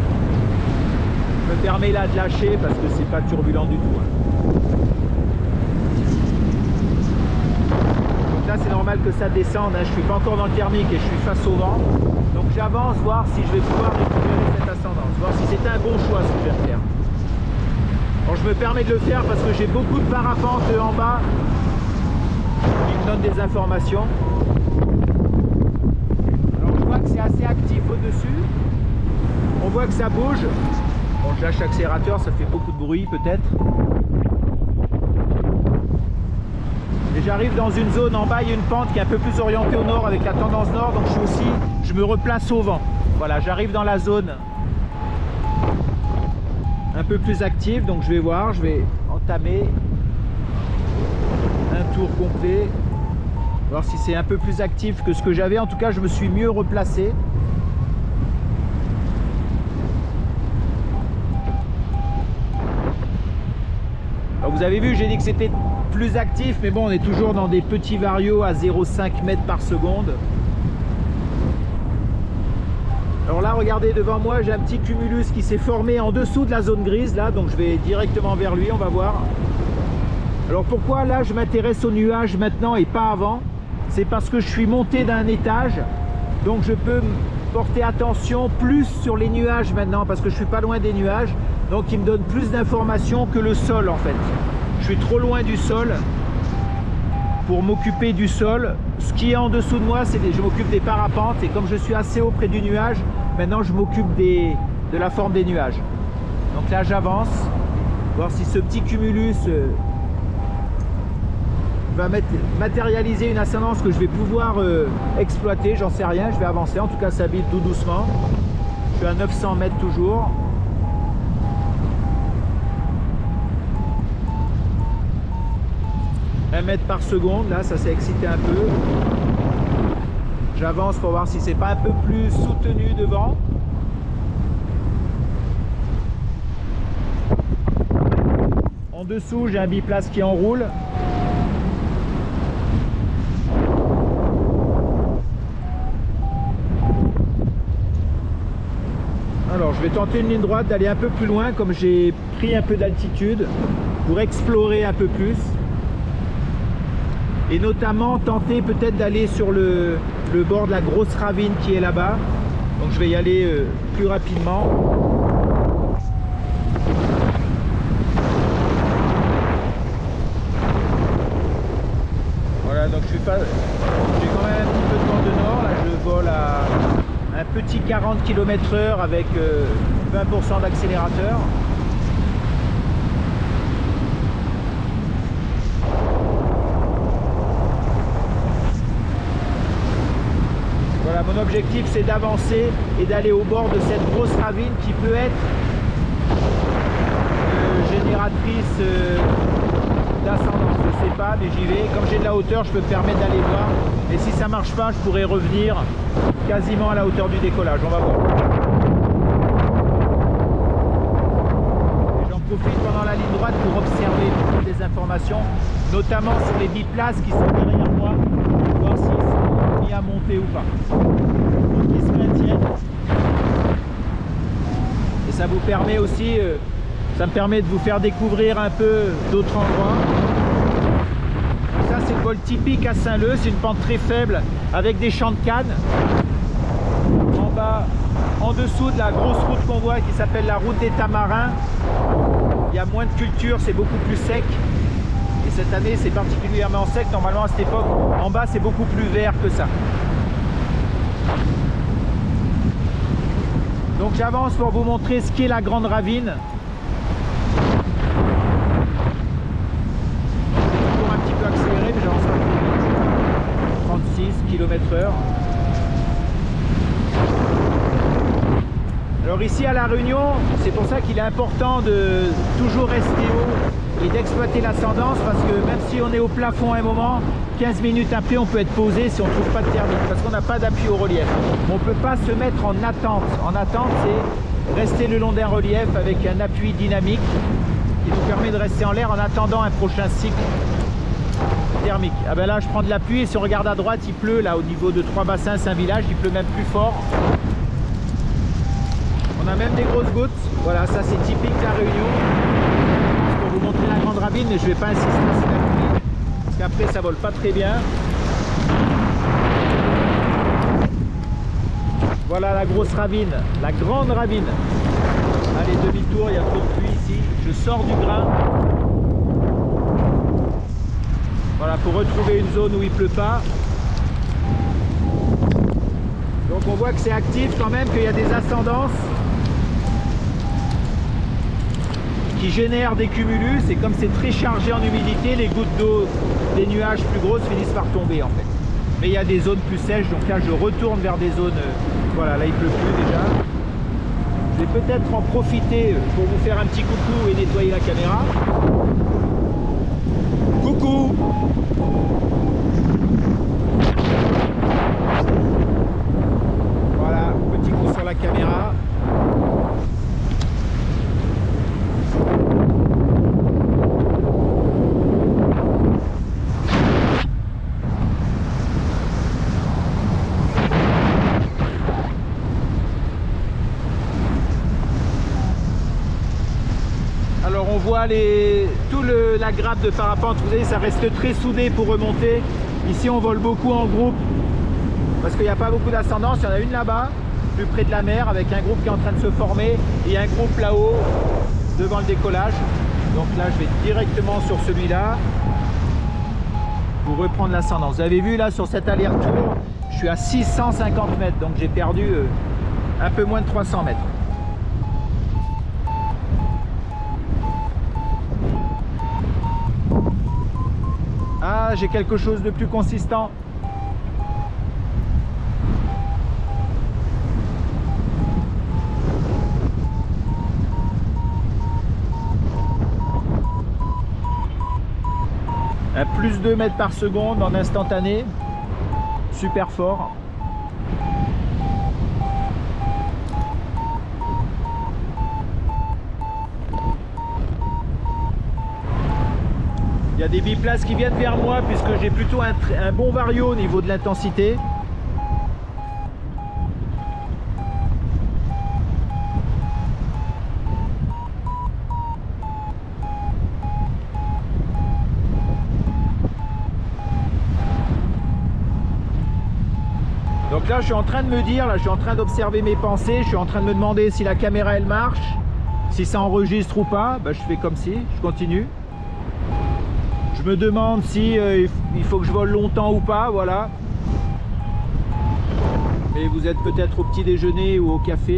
Speaker 2: Je me permets là de lâcher parce que c'est pas turbulent du tout. Hein. Donc là c'est normal que ça descende, hein. Je suis pas encore dans le thermique et je suis face au vent. Donc j'avance, voir si je vais pouvoir récupérer cette ascendance, voir si c'était un bon choix ce que je vais faire. Alors je me permets de le faire parce que j'ai beaucoup de parapente en bas qui me donnent des informations. Alors je vois que c'est assez actif au-dessus. On voit que ça bouge. Bon, je lâche l'accélérateur, ça fait beaucoup de bruit peut-être. Et j'arrive dans une zone en bas, il y a une pente qui est un peu plus orientée au nord avec la tendance nord, donc je suis aussi, je me replace au vent. Voilà, j'arrive dans la zone un peu plus active, donc je vais voir, je vais entamer un tour complet, voir si c'est un peu plus actif que ce que j'avais. En tout cas, je me suis mieux replacé. Alors vous avez vu, j'ai dit que c'était plus actif, mais bon, on est toujours dans des petits varios à zéro virgule cinq mètres par seconde. Alors là, regardez devant moi, j'ai un petit cumulus qui s'est formé en dessous de la zone grise, là, donc je vais directement vers lui, on va voir. Alors pourquoi là je m'intéresse aux nuages maintenant et pas avant? C'est parce que je suis monté d'un étage, donc je peux porter attention plus sur les nuages maintenant, parce que je suis pas loin des nuages, donc ils me donnent plus d'informations que le sol en fait. Je suis trop loin du sol pour m'occuper du sol. Ce qui est en dessous de moi, c'est des, je m'occupe des parapentes, et comme je suis assez haut près du nuage, maintenant je m'occupe des, de la forme des nuages. Donc là j'avance, voir si ce petit cumulus euh, va mettre, matérialiser une ascendance que je vais pouvoir euh, exploiter, j'en sais rien, je vais avancer, en tout cas ça bille tout doucement. Je suis à neuf cents mètres toujours. un mètre par seconde, là ça s'est excité un peu. J'avance pour voir si c'est pas un peu plus soutenu devant. En dessous j'ai un biplace qui enroule. Alors je vais tenter une ligne droite, d'aller un peu plus loin, comme j'ai pris un peu d'altitude, pour explorer un peu plus. Et notamment tenter peut-être d'aller sur le, le bord de la grosse ravine qui est là-bas. Donc je vais y aller euh, plus rapidement. Voilà, donc je suis pas, j'ai quand même un petit peu de vent de nord. Là je vole à un petit quarante kilomètres heure avec euh, vingt pour cent d'accélérateur. Voilà, mon objectif c'est d'avancer et d'aller au bord de cette grosse ravine qui peut être euh, génératrice euh, d'ascendance, je sais pas, mais j'y vais. Comme j'ai de la hauteur, je peux me permettre d'aller voir. Et si ça marche pas, je pourrais revenir quasiment à la hauteur du décollage. On va voir. Et j'en profite pendant la ligne droite pour observer des informations, notamment sur les biplaces qui sont derrière moi, pour voir s'ils sont mis à monter ou pas. Donc ils se maintiennent. Et ça vous permet aussi, euh, ça me permet de vous faire découvrir un peu d'autres endroits. Ça c'est le vol typique à Saint-Leu, c'est une pente très faible avec des champs de canne. En bas, en dessous de la grosse route qu'on voit qui s'appelle la route des Tamarins, il y a moins de culture, c'est beaucoup plus sec. Et cette année c'est particulièrement sec, normalement à cette époque, en bas c'est beaucoup plus vert que ça. Donc j'avance pour vous montrer ce qu'est la grande ravine. Toujours un petit peu accéléré, mais j'avance un peu vite. trente-six kilomètres heure. Alors Alors ici à La Réunion, c'est pour ça qu'il est important de toujours rester haut et d'exploiter l'ascendance, parce que même si on est au plafond à un moment, quinze minutes après on peut être posé si on ne trouve pas de thermique, parce qu'on n'a pas d'appui au relief. On ne peut pas se mettre en attente. En attente, c'est rester le long d'un relief avec un appui dynamique qui nous permet de rester en l'air en attendant un prochain cycle thermique. Ah ben là je prends de l'appui et si on regarde à droite, il pleut là au niveau de Trois-Bassins, Saint-Village, il pleut même plus fort. On a même des grosses gouttes. Voilà, ça c'est typique de La Réunion. C'est pour vous montrer la grande ravine, mais je ne vais pas insister sur la pluie, parce qu'après ça vole pas très bien. Voilà la grosse ravine, la grande ravine. Allez, demi-tour, il y a trop de pluie ici. Je sors du grain. Voilà, pour retrouver une zone où il ne pleut pas. Donc on voit que c'est actif quand même, qu'il y a des ascendances qui génèrent des cumulus, et comme c'est très chargé en humidité, les gouttes d'eau des nuages plus grosses finissent par tomber en fait. Mais il y a des zones plus sèches, donc là je retourne vers des zones, euh, voilà, là il pleut plus déjà. Je vais peut-être en profiter pour vous faire un petit coucou et nettoyer la caméra. Coucou! Voilà, petit coup sur la caméra. Alors on voit les, tout le, la grappe de parapente, vous voyez, ça reste très soudé pour remonter. Ici on vole beaucoup en groupe parce qu'il n'y a pas beaucoup d'ascendance. Il y en a une là-bas, plus près de la mer, avec un groupe qui est en train de se former, et un groupe là-haut devant le décollage. Donc là je vais directement sur celui-là pour reprendre l'ascendance. Vous avez vu là sur cet aller-retour, je suis à six cent cinquante mètres, donc j'ai perdu euh, un peu moins de trois cents mètres. Ah, j'ai quelque chose de plus consistant. À plus de deux mètres par seconde en instantané. Super fort. Il y a des biplaces qui viennent vers moi puisque j'ai plutôt un, un bon vario au niveau de l'intensité. Donc là je suis en train de me dire, là je suis en train d'observer mes pensées, je suis en train de me demander si la caméra elle marche, si ça enregistre ou pas. Ben, je fais comme si, je continue. Je me demande si euh, il faut que je vole longtemps ou pas, voilà. Mais vous êtes peut-être au petit déjeuner ou au café.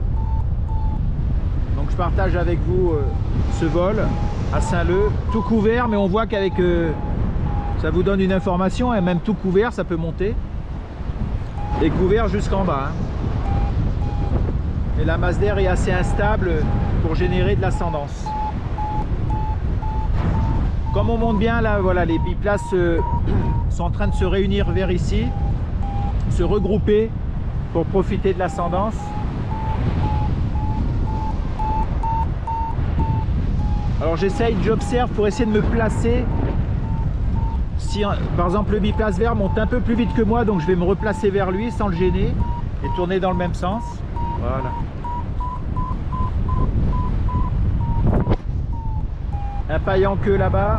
Speaker 2: Donc je partage avec vous euh, ce vol à Saint-Leu, tout couvert, mais on voit qu'avec euh, ça vous donne une information, et même tout couvert ça peut monter. Et couvert jusqu'en bas. Hein. Et la masse d'air est assez instable pour générer de l'ascendance. Comme on monte bien là, voilà, les biplaces euh, sont en train de se réunir vers ici, se regrouper pour profiter de l'ascendance. Alors j'essaye, j'observe pour essayer de me placer. Si par exemple le biplace vert monte un peu plus vite que moi, donc je vais me replacer vers lui sans le gêner et tourner dans le même sens. Voilà. Un paille en queue là-bas.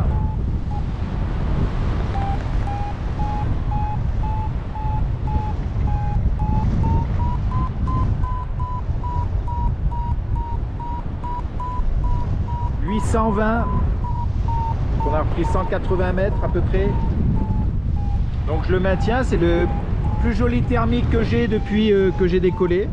Speaker 2: huit cent vingt. On a repris cent quatre-vingts mètres à peu près. Donc je le maintiens. C'est le plus joli thermique que j'ai depuis euh, que j'ai décollé.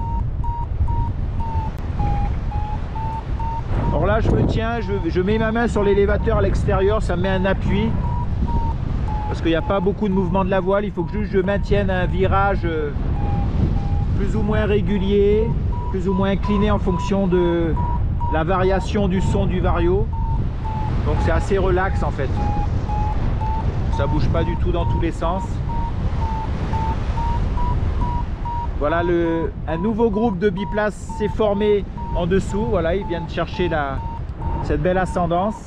Speaker 2: Alors là je me tiens, je, je mets ma main sur l'élévateur à l'extérieur, ça me met un appui parce qu'il n'y a pas beaucoup de mouvement de la voile. Il faut que juste je maintienne un virage plus ou moins régulier, plus ou moins incliné en fonction de la variation du son du vario. Donc c'est assez relax en fait. Ça bouge pas du tout dans tous les sens. Voilà, le, un nouveau groupe de biplace s'est formé en dessous. Voilà, ils viennent chercher la, cette belle ascendance.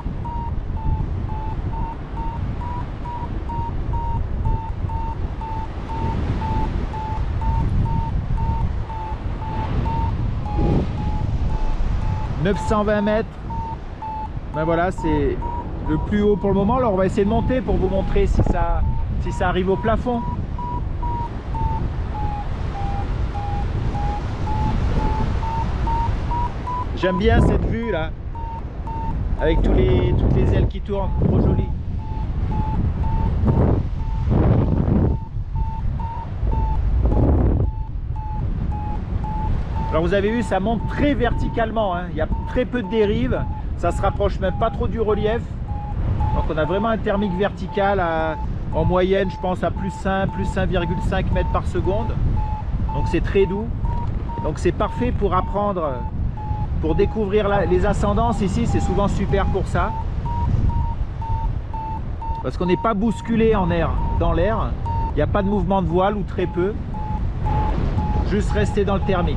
Speaker 2: neuf cent vingt mètres. Ben voilà, c'est le plus haut pour le moment. Alors on va essayer de monter pour vous montrer si ça, si ça arrive au plafond. J'aime bien cette vue là, avec tous les, toutes les ailes qui tournent, trop joli. Alors vous avez vu, ça monte très verticalement, hein. Il y a très peu de dérive, ça se rapproche même pas trop du relief. Donc on a vraiment un thermique vertical à, en moyenne, je pense à plus un, plus un virgule cinq mètres par seconde. Donc c'est très doux. Donc c'est parfait pour apprendre, pour découvrir la, les ascendances ici, c'est souvent super pour ça. Parce qu'on n'est pas bousculé en air, dans l'air. Il n'y a pas de mouvement de voile ou très peu. Juste rester dans le thermique.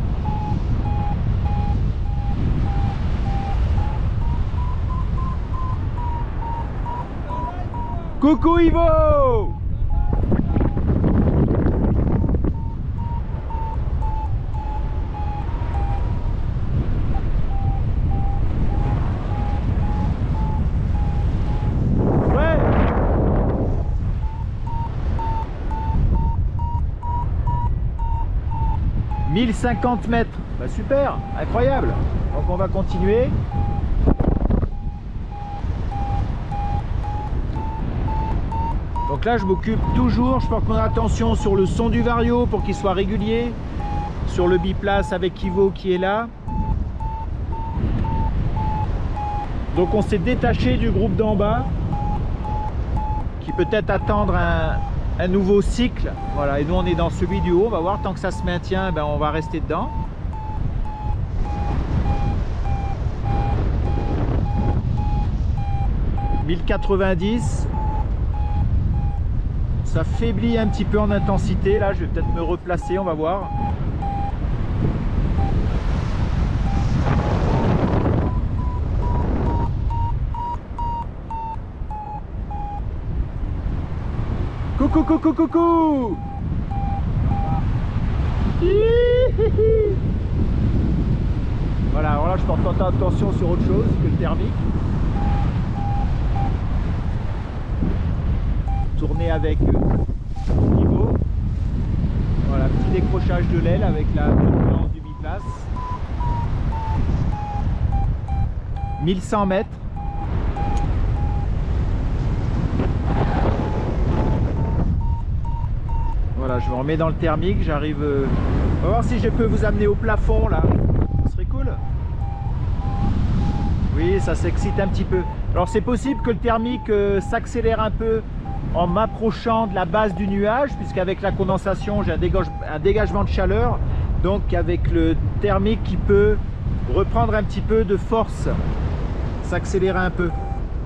Speaker 2: Coucou Ivo! Ouais! mille cinquante mètres, bah super, incroyable. Donc on va continuer. Donc là je m'occupe toujours, je porte mon attention sur le son du vario pour qu'il soit régulier, sur le biplace avec Ivo qui est là. Donc on s'est détaché du groupe d'en bas qui peut-être attendre un, un nouveau cycle. Voilà, et nous on est dans celui du haut, on va voir, tant que ça se maintient, ben on va rester dedans. mille quatre-vingt-dix. Ça faiblit un petit peu en intensité, là je vais peut-être me replacer, on va voir. Coucou, coucou, coucou. Voilà, alors là je porte attention sur autre chose que le thermique. Tourner avec Ivo. Voilà, petit décrochage de l'aile avec la turbulence du biplace. mille cent mètres. Voilà, je me remets dans le thermique, j'arrive. Euh... On va voir si je peux vous amener au plafond là. Ce serait cool. Oui, ça s'excite un petit peu. Alors c'est possible que le thermique euh, s'accélère un peu en m'approchant de la base du nuage, puisqu'avec la condensation j'ai un, dégage, un dégagement de chaleur, donc avec le thermique qui peut reprendre un petit peu de force, s'accélérer un peu.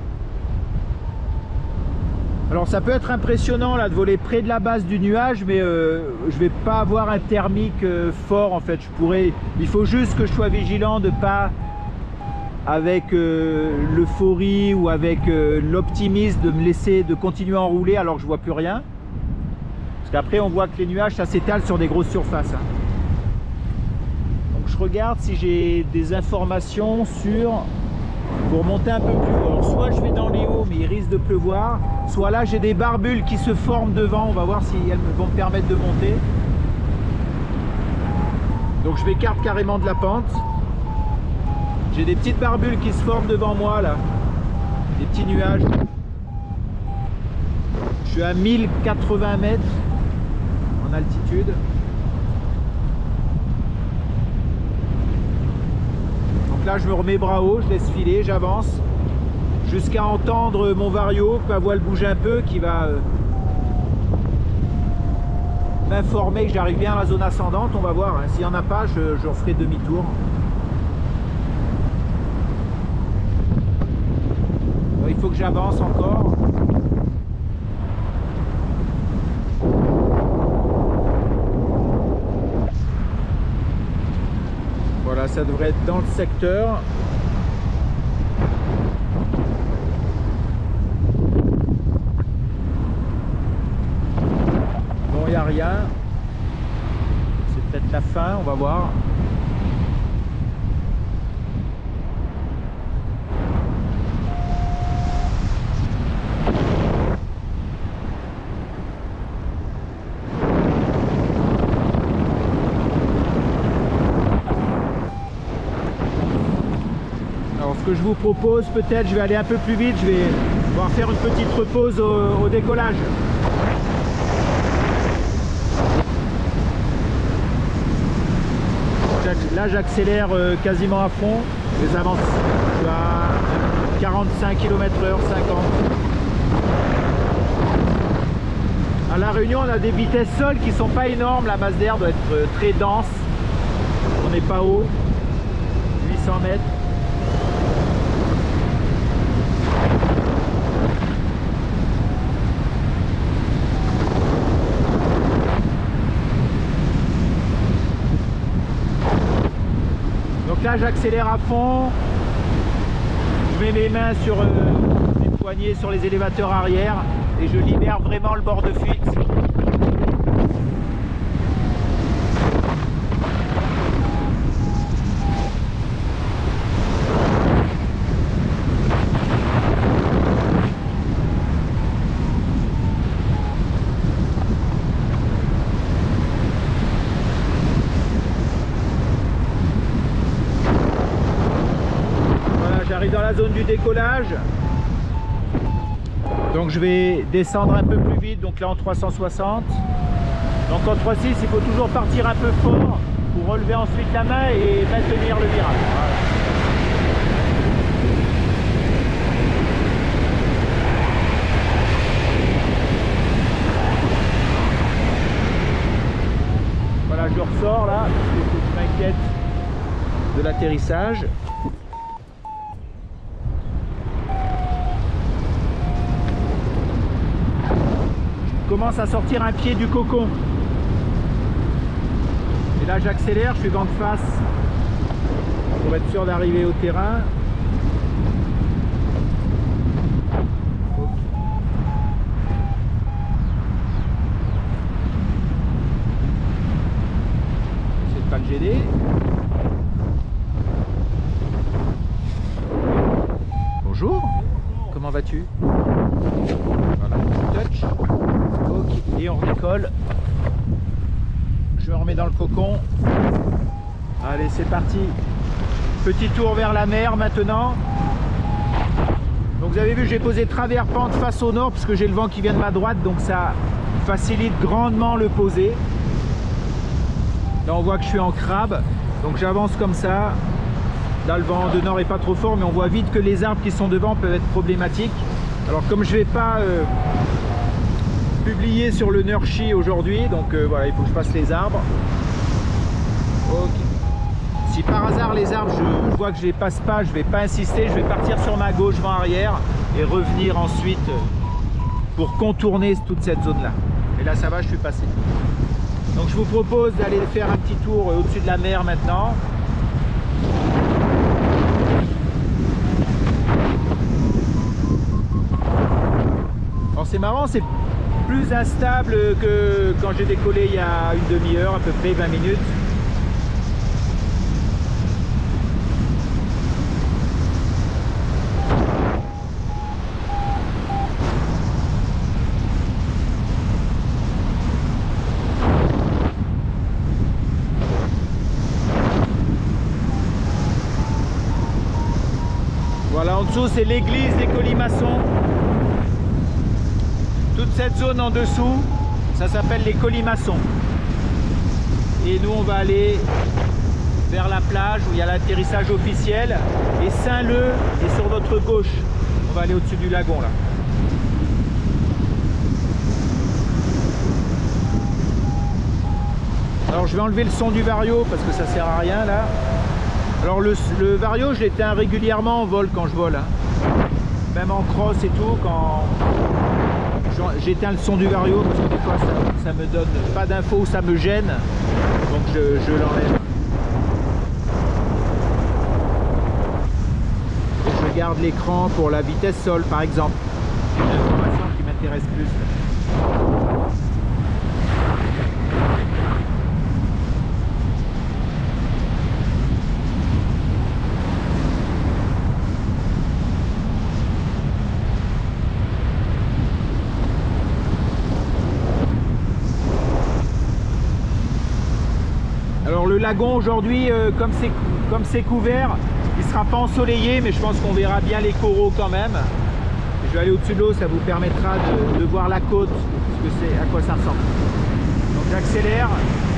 Speaker 2: Alors ça peut être impressionnant là de voler près de la base du nuage, mais euh, je vais pas avoir un thermique euh, fort en fait. Je pourrais, il faut juste que je sois vigilant de pas, avec euh, l'euphorie ou avec euh, l'optimisme, de me laisser, de continuer à enrouler alors que je vois plus rien. Parce qu'après on voit que les nuages ça s'étale sur des grosses surfaces. Hein. Donc je regarde si j'ai des informations sur, pour monter un peu plus haut. Alors soit je vais dans les hauts mais il risque de pleuvoir, soit là j'ai des barbules qui se forment devant, on va voir si elles vont me permettre de monter. Donc je m'écarte carrément de la pente. J'ai des petites barbules qui se forment devant moi là, des petits nuages. Je suis à mille quatre-vingts mètres en altitude. Donc là je me remets bras haut, je laisse filer, j'avance jusqu'à entendre mon vario, que ma voile bouge un peu, qui va, euh, m'informer que j'arrive bien à la zone ascendante, on va voir. Hein. S'il n'y en a pas, je, je ferai demi-tour. Il faut que j'avance encore. Voilà, ça devrait être dans le secteur. Bon, il n'y a rien. C'est peut-être la fin, on va voir. Que je vous propose, peut-être je vais aller un peu plus vite, je vais pouvoir faire une petite repause au, au décollage. Là j'accélère quasiment à fond, je les avance, je suis à quarante-cinq kilomètres heure, cinquante. À La Réunion on a des vitesses sol qui sont pas énormes, la masse d'air doit être très dense, on n'est pas haut, huit cents mètres. Donc là j'accélère à fond, je mets mes mains sur euh, les poignées sur les élévateurs arrière et je libère vraiment le bord de fuite. J'arrive dans la zone du décollage, donc je vais descendre un peu plus vite, donc là en trois cent soixante, donc en trois six il faut toujours partir un peu fort pour relever ensuite la main et maintenir le virage. Voilà, voilà, je ressors là parce que je m'inquiète de l'atterrissage. Commence à sortir un pied du cocon et là j'accélère, je fais vent de face pour être sûr d'arriver au terrain. J'essaie de pas le gêner. Bonjour, comment vas-tu? Voilà, touch. Okay. Et on redécolle. Je me remets dans le cocon. Allez, c'est parti. Petit tour vers la mer maintenant. Donc vous avez vu, j'ai posé travers pente face au nord parce que j'ai le vent qui vient de ma droite, donc ça facilite grandement le poser. Là on voit que je suis en crabe, donc j'avance comme ça. Là le vent de nord est pas trop fort, mais on voit vite que les arbres qui sont devant peuvent être problématiques. Alors comme je vais pas euh, publier sur le Nurshi aujourd'hui, donc euh, voilà, il faut que je passe les arbres. Ok. Si par hasard les arbres, je, je vois que je les passe pas, je vais pas insister, je vais partir sur ma gauche vent arrière et revenir ensuite pour contourner toute cette zone là. Et là ça va, je suis passé. Donc je vous propose d'aller faire un petit tour au-dessus de la mer maintenant. C'est marrant, c'est plus instable que quand j'ai décollé il y a une demi-heure, à peu près vingt minutes. Voilà, en dessous c'est l'église des Colimaçons. Toute cette zone en dessous, ça s'appelle les Colimaçons. Et nous on va aller vers la plage où il y a l'atterrissage officiel. Et Saint-Leu est sur notre gauche. On va aller au-dessus du lagon là. Alors je vais enlever le son du vario parce que ça sert à rien là. Alors le, le vario, je l'éteins régulièrement en vol quand je vole, hein. Même en cross et tout, quand j'éteins le son du vario parce que des fois ça, ça me donne pas d'infos, ça me gêne, donc je, je l'enlève. Je garde l'écran pour la vitesse sol par exemple, c'est une information qui m'intéresse plus. Alors le lagon aujourd'hui, euh, comme c'est comme c'est couvert, il ne sera pas ensoleillé, mais je pense qu'on verra bien les coraux quand même. Je vais aller au-dessus de l'eau, ça vous permettra de, de voir la côte, ce que c'est, à quoi ça ressemble. Donc j'accélère.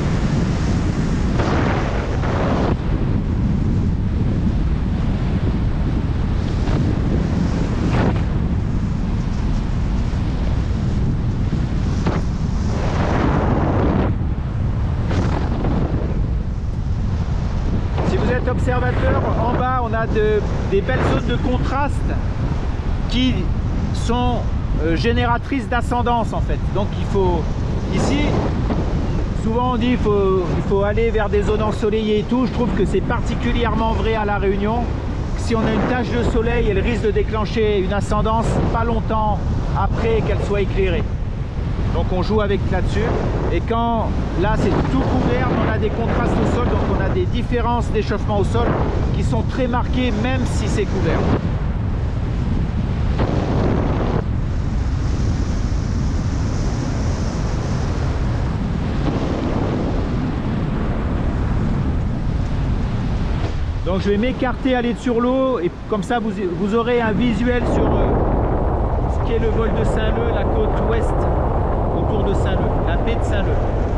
Speaker 2: Observateur, en bas on a de, des belles zones de contraste qui sont euh, génératrices d'ascendance en fait. Donc il faut ici, souvent on dit il faut, il faut aller vers des zones ensoleillées et tout. Je trouve que c'est particulièrement vrai à La Réunion. Si on a une tache de soleil, elle risque de déclencher une ascendance pas longtemps après qu'elle soit éclairée. Donc on joue avec là-dessus, et quand là c'est tout couvert, on a des contrastes au sol, donc on a des différences d'échauffement au sol qui sont très marquées même si c'est couvert. Donc je vais m'écarter, aller sur l'eau, et comme ça vous, vous aurez un visuel sur euh, ce qu'est le vol de Saint-Leu, la côte ouest autour de Saint-Leu, la baie de Saint-Leu.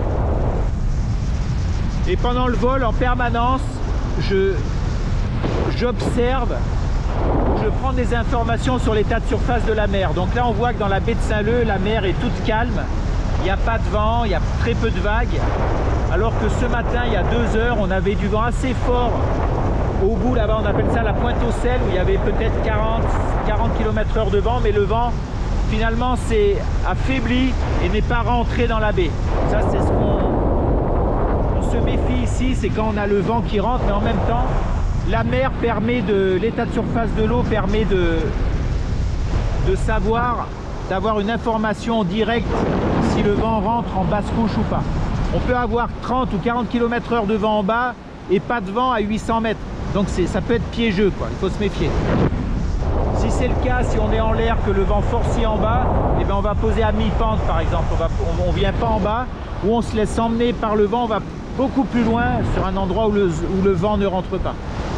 Speaker 2: Et pendant le vol, en permanence, je j'observe, je prends des informations sur l'état de surface de la mer. Donc là, on voit que dans la baie de Saint-Leu, la mer est toute calme, il n'y a pas de vent, il y a très peu de vagues. Alors que ce matin, il y a deux heures, on avait du vent assez fort. Au bout, là-bas, on appelle ça la pointe au sel, où il y avait peut-être quarante kilomètres heure de vent, mais le vent, finalement, s'est affaibli et n'est pas rentré dans la baie. Ça, c'est ce qu'on on se méfie ici, c'est quand on a le vent qui rentre, mais en même temps, la mer permet de, l'état de surface de l'eau permet de, de savoir, d'avoir une information directe si le vent rentre en basse couche ou pas. On peut avoir trente ou quarante kilomètres heure de vent en bas et pas de vent à huit cents mètres. Donc ça peut être piégeux, quoi. Il faut se méfier. Si c'est le cas, si on est en l'air, que le vent forcit en bas, eh bien on va poser à mi-pente par exemple. On ne vient pas en bas, ou on se laisse emmener par le vent, on va beaucoup plus loin sur un endroit où le, où le vent ne rentre pas.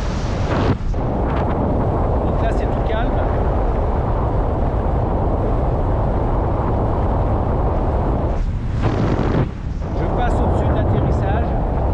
Speaker 2: Donc là c'est tout calme. Je passe au-dessus de l'atterrissage.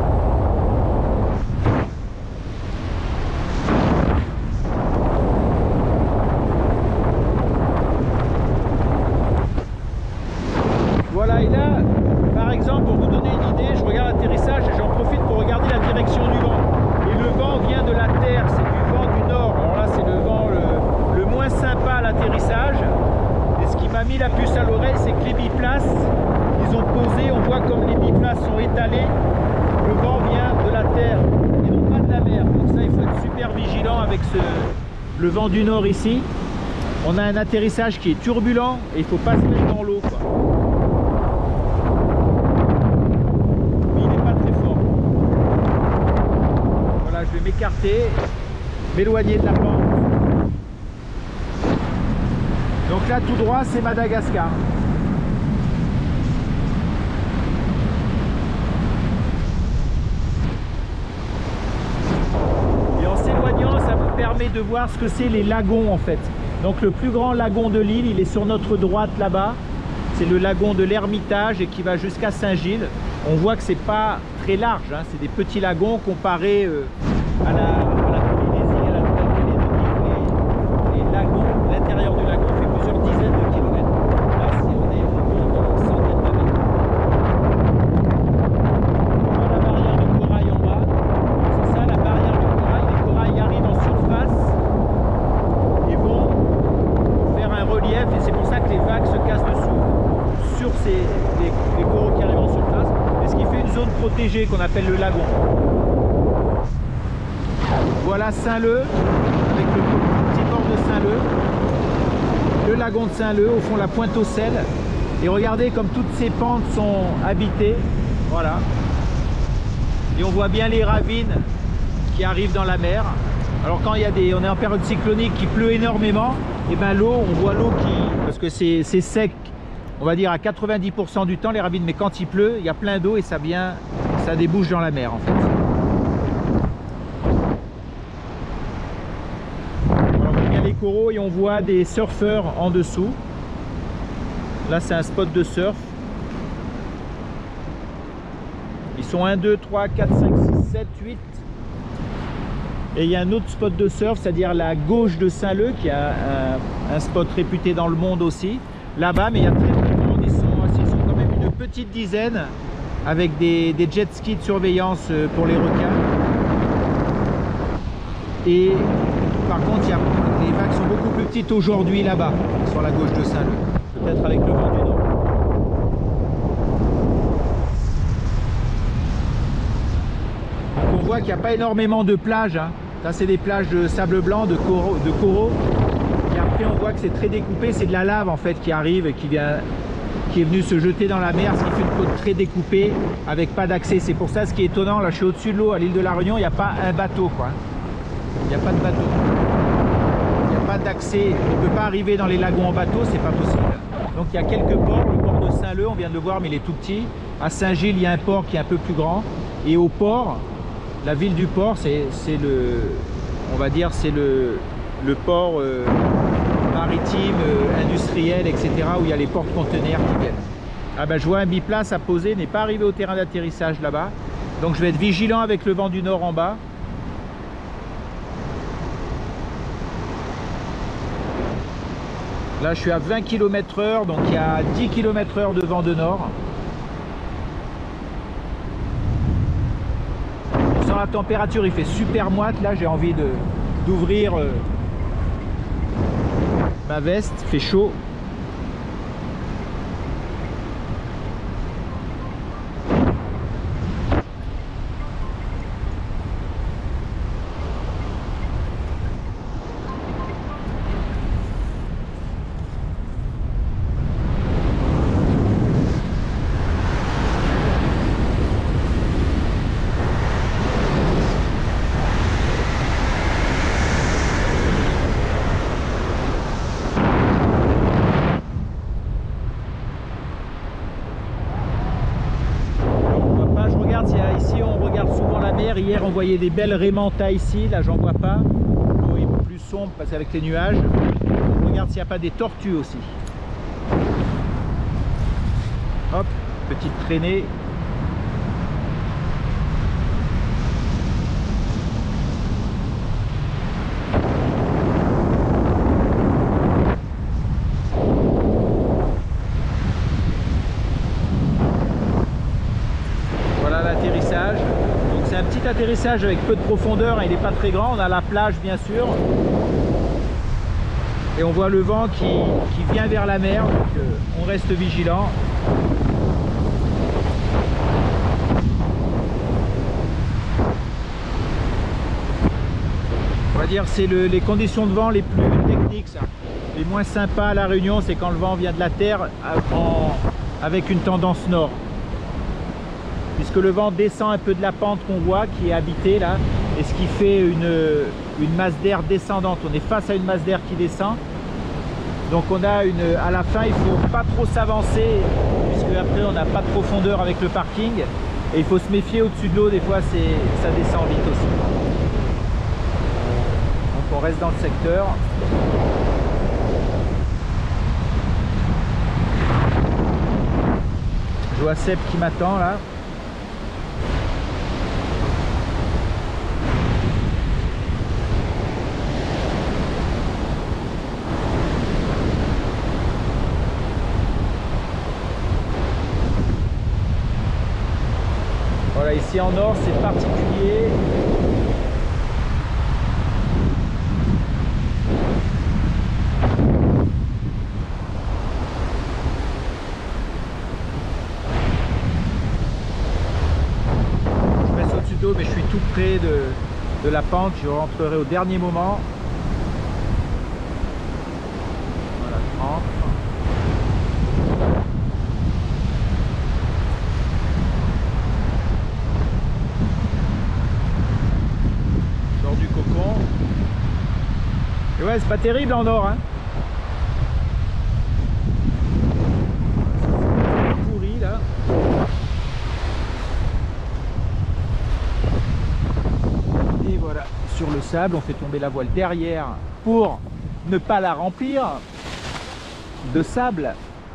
Speaker 2: Voilà, et là, par exemple, pour vous donner une idée, je regarde l'atterrissage et j'en profite pour regarder la direction du vent. Et le vent vient de la terre, c'est du vent du nord. Alors là, c'est le vent le, le moins sympa à l'atterrissage. Et ce qui m'a mis la puce à l'oreille, c'est que les biplaces, ils ont posé, on voit comme les biplaces sont étalées, le vent vient de la terre et non pas de la mer. Donc ça, il faut être super vigilant avec ce, le vent du nord ici. On a un atterrissage qui est turbulent et il ne faut pas se mettre dans l'eau, quoi. Je vais m'écarter, m'éloigner de la pente. Donc là tout droit c'est Madagascar. Et en s'éloignant, ça vous permet de voir ce que c'est les lagons en fait. Donc le plus grand lagon de l'île, il est sur notre droite là-bas. C'est le lagon de l'Ermitage et qui va jusqu'à Saint-Gilles. On voit que c'est pas très large, hein, c'est des petits lagons comparés euh, à la, à la Polynésie, à la Nouvelle-Calédonie. Les, les lagons, l'intérieur du lagon fait plusieurs dizaines de kilomètres. Là, si on est on monte en centaines de mètres. protégé qu'on appelle le lagon. Voilà Saint-Leu, avec le petit port de Saint-Leu, le lagon de Saint-Leu, au fond la pointe aux sel. Et regardez comme toutes ces pentes sont habitées, voilà. Et on voit bien les ravines qui arrivent dans la mer. Alors quand il y a des, on est en période cyclonique, qui pleut énormément, et ben l'eau, on voit l'eau qui, parce que c'est sec, on va dire à quatre-vingt-dix pour cent du temps les ravines, mais quand il pleut, il y a plein d'eau et ça vient, ça débouche dans la mer en fait. Alors, on voit bien les coraux et on voit des surfeurs en dessous. Là c'est un spot de surf. Ils sont un, deux, trois, quatre, cinq, six, sept, huit. Et il y a un autre spot de surf, c'est-à-dire la gauche de Saint-Leu, qui a un, un spot réputé dans le monde aussi. Là-bas, mais il y a très peu de monde, ils sont, ils sont quand même une petite dizaine, avec des, des jet skis de surveillance pour les requins. Et par contre, il y a, les vagues sont beaucoup plus petites aujourd'hui là-bas, sur la gauche de Saint-Leu, peut-être avec le vent du nord. On voit qu'il n'y a pas énormément de plages, hein. Ça c'est des plages de sable blanc, de coraux, de coraux. Et après on voit que c'est très découpé, c'est de la lave en fait qui arrive et qui vient, qui est venue se jeter dans la mer, ce qui fait une côte très découpée avec pas d'accès. C'est pour ça ce qui est étonnant, là je suis au-dessus de l'eau à l'île de la Réunion, il n'y a pas un bateau quoi. Il n'y a pas de bateau. Il n'y a pas d'accès, on ne peut pas arriver dans les lagons en bateau, c'est pas possible. Donc il y a quelques ports, le port de Saint-Leu, on vient de le voir mais il est tout petit. À Saint-Gilles il y a un port qui est un peu plus grand. Et au port, la ville du port, c'est le, on va dire, c'est le, le port euh, maritime, euh, industriel, et cetera, où il y a les porte-conteneurs qui viennent. Ah ben, je vois un biplace à poser, n'est pas arrivé au terrain d'atterrissage là-bas. Donc je vais être vigilant avec le vent du nord en bas. Là, je suis à vingt kilomètres heure, donc il y a dix kilomètres heure de vent de nord. La température il fait super moite, là j'ai envie de d'ouvrir euh, ma veste, il fait chaud. Hier on voyait des belles raimentas ici, là j'en vois pas. L'eau est plus sombre parce qu'avec les nuages. On regarde s'il n'y a pas des tortues aussi. Hop, petite traînée. Voilà l'atterrissage. C'est un petit atterrissage avec peu de profondeur, il n'est pas très grand, on a la plage bien sûr. Et on voit le vent qui, qui vient vers la mer, donc euh, on reste vigilant. On va dire que c'est les conditions de vent les plus techniques, ça. Les moins sympas à la Réunion, c'est quand le vent vient de la terre en, avec une tendance nord. Puisque le vent descend un peu de la pente qu'on voit, qui est habitée là, et ce qui fait une, une masse d'air descendante. On est face à une masse d'air qui descend. Donc on a une, à la fin, il ne faut pas trop s'avancer, puisque après on n'a pas de profondeur avec le parking. Et il faut se méfier au-dessus de l'eau, des fois ça descend vite aussi. Donc on reste dans le secteur. Je vois Seb qui m'attend là. Voilà, ici en nord c'est particulier. tuto, mais je suis tout près de, de la pente. Je rentrerai au dernier moment. Voilà, je rentre. Je sors du cocon. Et ouais, c'est pas terrible en or, hein. Pourri là. Et voilà, sur le sable, on fait tomber la voile derrière pour ne pas la remplir de sable.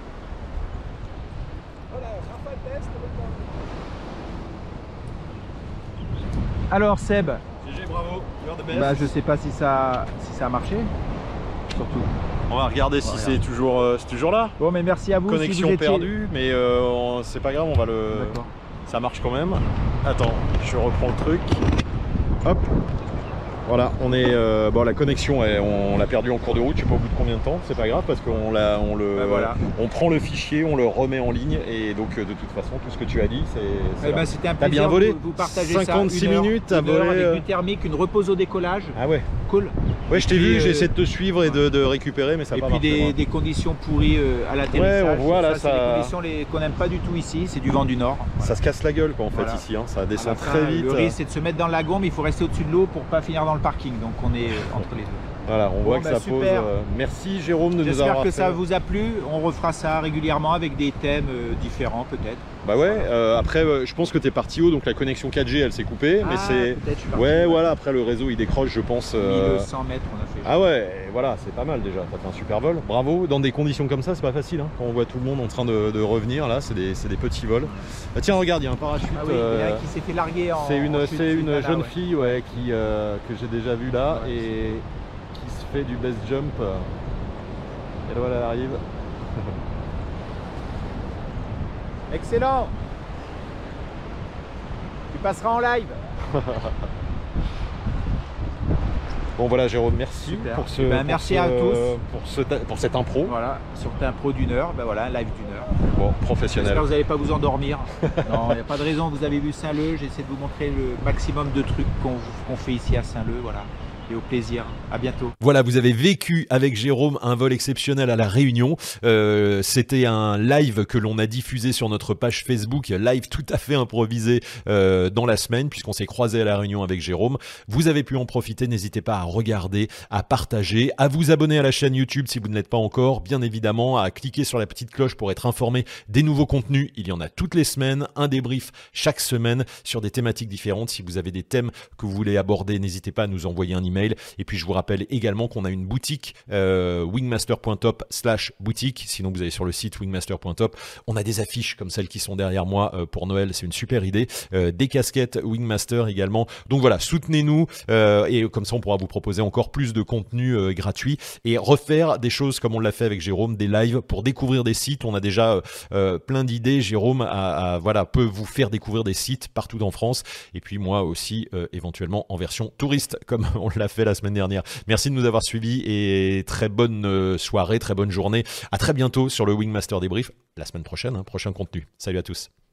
Speaker 2: Alors Seb,
Speaker 1: G G, bravo, you're the best.
Speaker 2: bah, je sais pas si ça, si ça a marché, surtout.
Speaker 1: On va regarder si
Speaker 2: Regarde.
Speaker 1: c'est toujours, euh, c'est toujours là.
Speaker 2: Bon, mais merci à vous. si
Speaker 1: Connexion
Speaker 2: vous étiez...
Speaker 1: perdue, mais euh, on- c'est pas grave, on va le.
Speaker 2: D'accord.
Speaker 1: Ça marche quand même. Attends, je reprends le truc. Hop. Voilà, on est. euh, bon, la connexion, elle, on l'a perdue en cours de route. Je sais pas au bout de combien de temps. C'est pas grave parce qu'on l'a, on le.
Speaker 2: Bah, voilà.
Speaker 1: On prend le fichier, on le remet en ligne et donc euh, de toute façon, tout ce que tu as dit, c'est. c'est
Speaker 2: Eh
Speaker 1: là.
Speaker 2: ben, c'était un
Speaker 1: T'as
Speaker 2: plaisir
Speaker 1: bien volé.
Speaker 2: de vous, vous partager ça.
Speaker 1: cinquante-six
Speaker 2: Une heure-
Speaker 1: minutes, t'as
Speaker 2: une heure
Speaker 1: volé,
Speaker 2: avec
Speaker 1: euh,
Speaker 2: du thermique, une repose au décollage.
Speaker 1: Ah ouais.
Speaker 2: Cool.
Speaker 1: Ouais, je t'ai
Speaker 2: Et
Speaker 1: vu.
Speaker 2: puis, euh,
Speaker 1: J'essaie de te suivre et de, de récupérer, mais ça
Speaker 2: Et
Speaker 1: n'a pas
Speaker 2: puis
Speaker 1: marché. moi.
Speaker 2: des, des conditions pourries euh, à l'atterrissage.
Speaker 1: Ouais, on voit, là,
Speaker 2: c'est
Speaker 1: ça-
Speaker 2: des conditions les- qu'on n'aime pas du tout ici. C'est du vent du nord.
Speaker 1: Ça se casse la gueule quoi en fait
Speaker 2: Voilà.
Speaker 1: ici. Hein. Ça
Speaker 2: À la
Speaker 1: descend
Speaker 2: fin,
Speaker 1: très vite.
Speaker 2: Le risque, c'est de se mettre dans le lagon, mais il faut rester au-dessus de l'eau pour pas finir dans le parking. Donc on est euh, entre les deux.
Speaker 1: Voilà, on
Speaker 2: Bon,
Speaker 1: voit que
Speaker 2: bah,
Speaker 1: ça pose.
Speaker 2: super.
Speaker 1: euh, Merci Jérôme de nous
Speaker 2: J'espère
Speaker 1: avoir
Speaker 2: que
Speaker 1: fait-
Speaker 2: ça vous a plu. On refera ça régulièrement avec des thèmes euh, différents peut-être.
Speaker 1: Bah ouais, euh, après euh, je pense que t'es parti haut, donc la connexion quatre G elle s'est coupée, mais
Speaker 2: Ah,
Speaker 1: c'est.
Speaker 2: peut-être, je suis parti,
Speaker 1: Ouais, voilà, après le réseau il décroche, je pense. euh,
Speaker 2: mille cent mètres on a fait.
Speaker 1: Ah ouais, voilà, c'est pas mal déjà, t'as fait un super vol. Bravo, dans des conditions comme ça, c'est pas facile, hein. Quand on voit tout le monde en train de, de revenir, là, c'est des, c'est des petits vols. Ah, tiens, regarde, il y a un parachute.
Speaker 2: Ah oui, il y en a
Speaker 1: euh,
Speaker 2: un qui s'est fait larguer en.
Speaker 1: c'est une,
Speaker 2: en chute
Speaker 1: c'est
Speaker 2: suite
Speaker 1: une
Speaker 2: à là,
Speaker 1: jeune
Speaker 2: ouais.
Speaker 1: fille ouais, qui, euh, que j'ai déjà vue là
Speaker 2: Ouais,
Speaker 1: et qui se fait du best jump. Et voilà, elle arrive.
Speaker 2: Excellent. Tu passeras en live.
Speaker 1: Bon voilà Jérôme, merci
Speaker 2: Super.
Speaker 1: pour ce,
Speaker 2: Ben,
Speaker 1: pour
Speaker 2: merci
Speaker 1: ce-
Speaker 2: à tous.
Speaker 1: pour, ce, pour cette impro.
Speaker 2: Voilà, sur un pro d'une heure, ben voilà, un live d'une heure.
Speaker 1: Bon,
Speaker 2: J'espère
Speaker 1: professionnel.
Speaker 2: que vous n'allez pas vous endormir. Non, il n'y a pas de raison. Vous avez vu Saint-Leu. J'essaie de vous montrer le maximum de trucs qu'on qu'on fait ici à Saint-Leu. Voilà. Et au plaisir. À bientôt.
Speaker 1: Voilà, vous avez vécu avec Jérôme un vol exceptionnel à La Réunion. Euh, C'était un live que l'on a diffusé sur notre page Facebook, live tout à fait improvisé euh, dans la semaine, puisqu'on s'est croisé à La Réunion avec Jérôme. Vous avez pu en profiter, n'hésitez pas à regarder, à partager, à vous abonner à la chaîne YouTube si vous ne l'êtes pas encore, bien évidemment, à cliquer sur la petite cloche pour être informé des nouveaux contenus. Il y en a toutes les semaines, un débrief chaque semaine sur des thématiques différentes. Si vous avez des thèmes que vous voulez aborder, n'hésitez pas à nous envoyer un email. Et puis je vous rappelle également qu'on a une boutique euh, wingmaster point top slash boutique. Sinon vous allez sur le site wingmaster point top. On a des affiches comme celles qui sont derrière moi euh, pour Noël, c'est une super idée. Euh, des casquettes Wingmaster également. Donc voilà, soutenez-nous euh, et comme ça on pourra vous proposer encore plus de contenu euh, gratuit et refaire des choses comme on l'a fait avec Jérôme, des lives pour découvrir des sites. On a déjà euh, euh, plein d'idées. Jérôme a, a, voilà, peut vous faire découvrir des sites partout en France. Et puis moi aussi euh, éventuellement en version touriste comme on l'a fait la semaine dernière. Merci de nous avoir suivis et très bonne euh, soirée, très bonne journée. À très bientôt sur le Wingmaster Débrief la semaine prochaine, hein, prochain contenu. Salut à tous.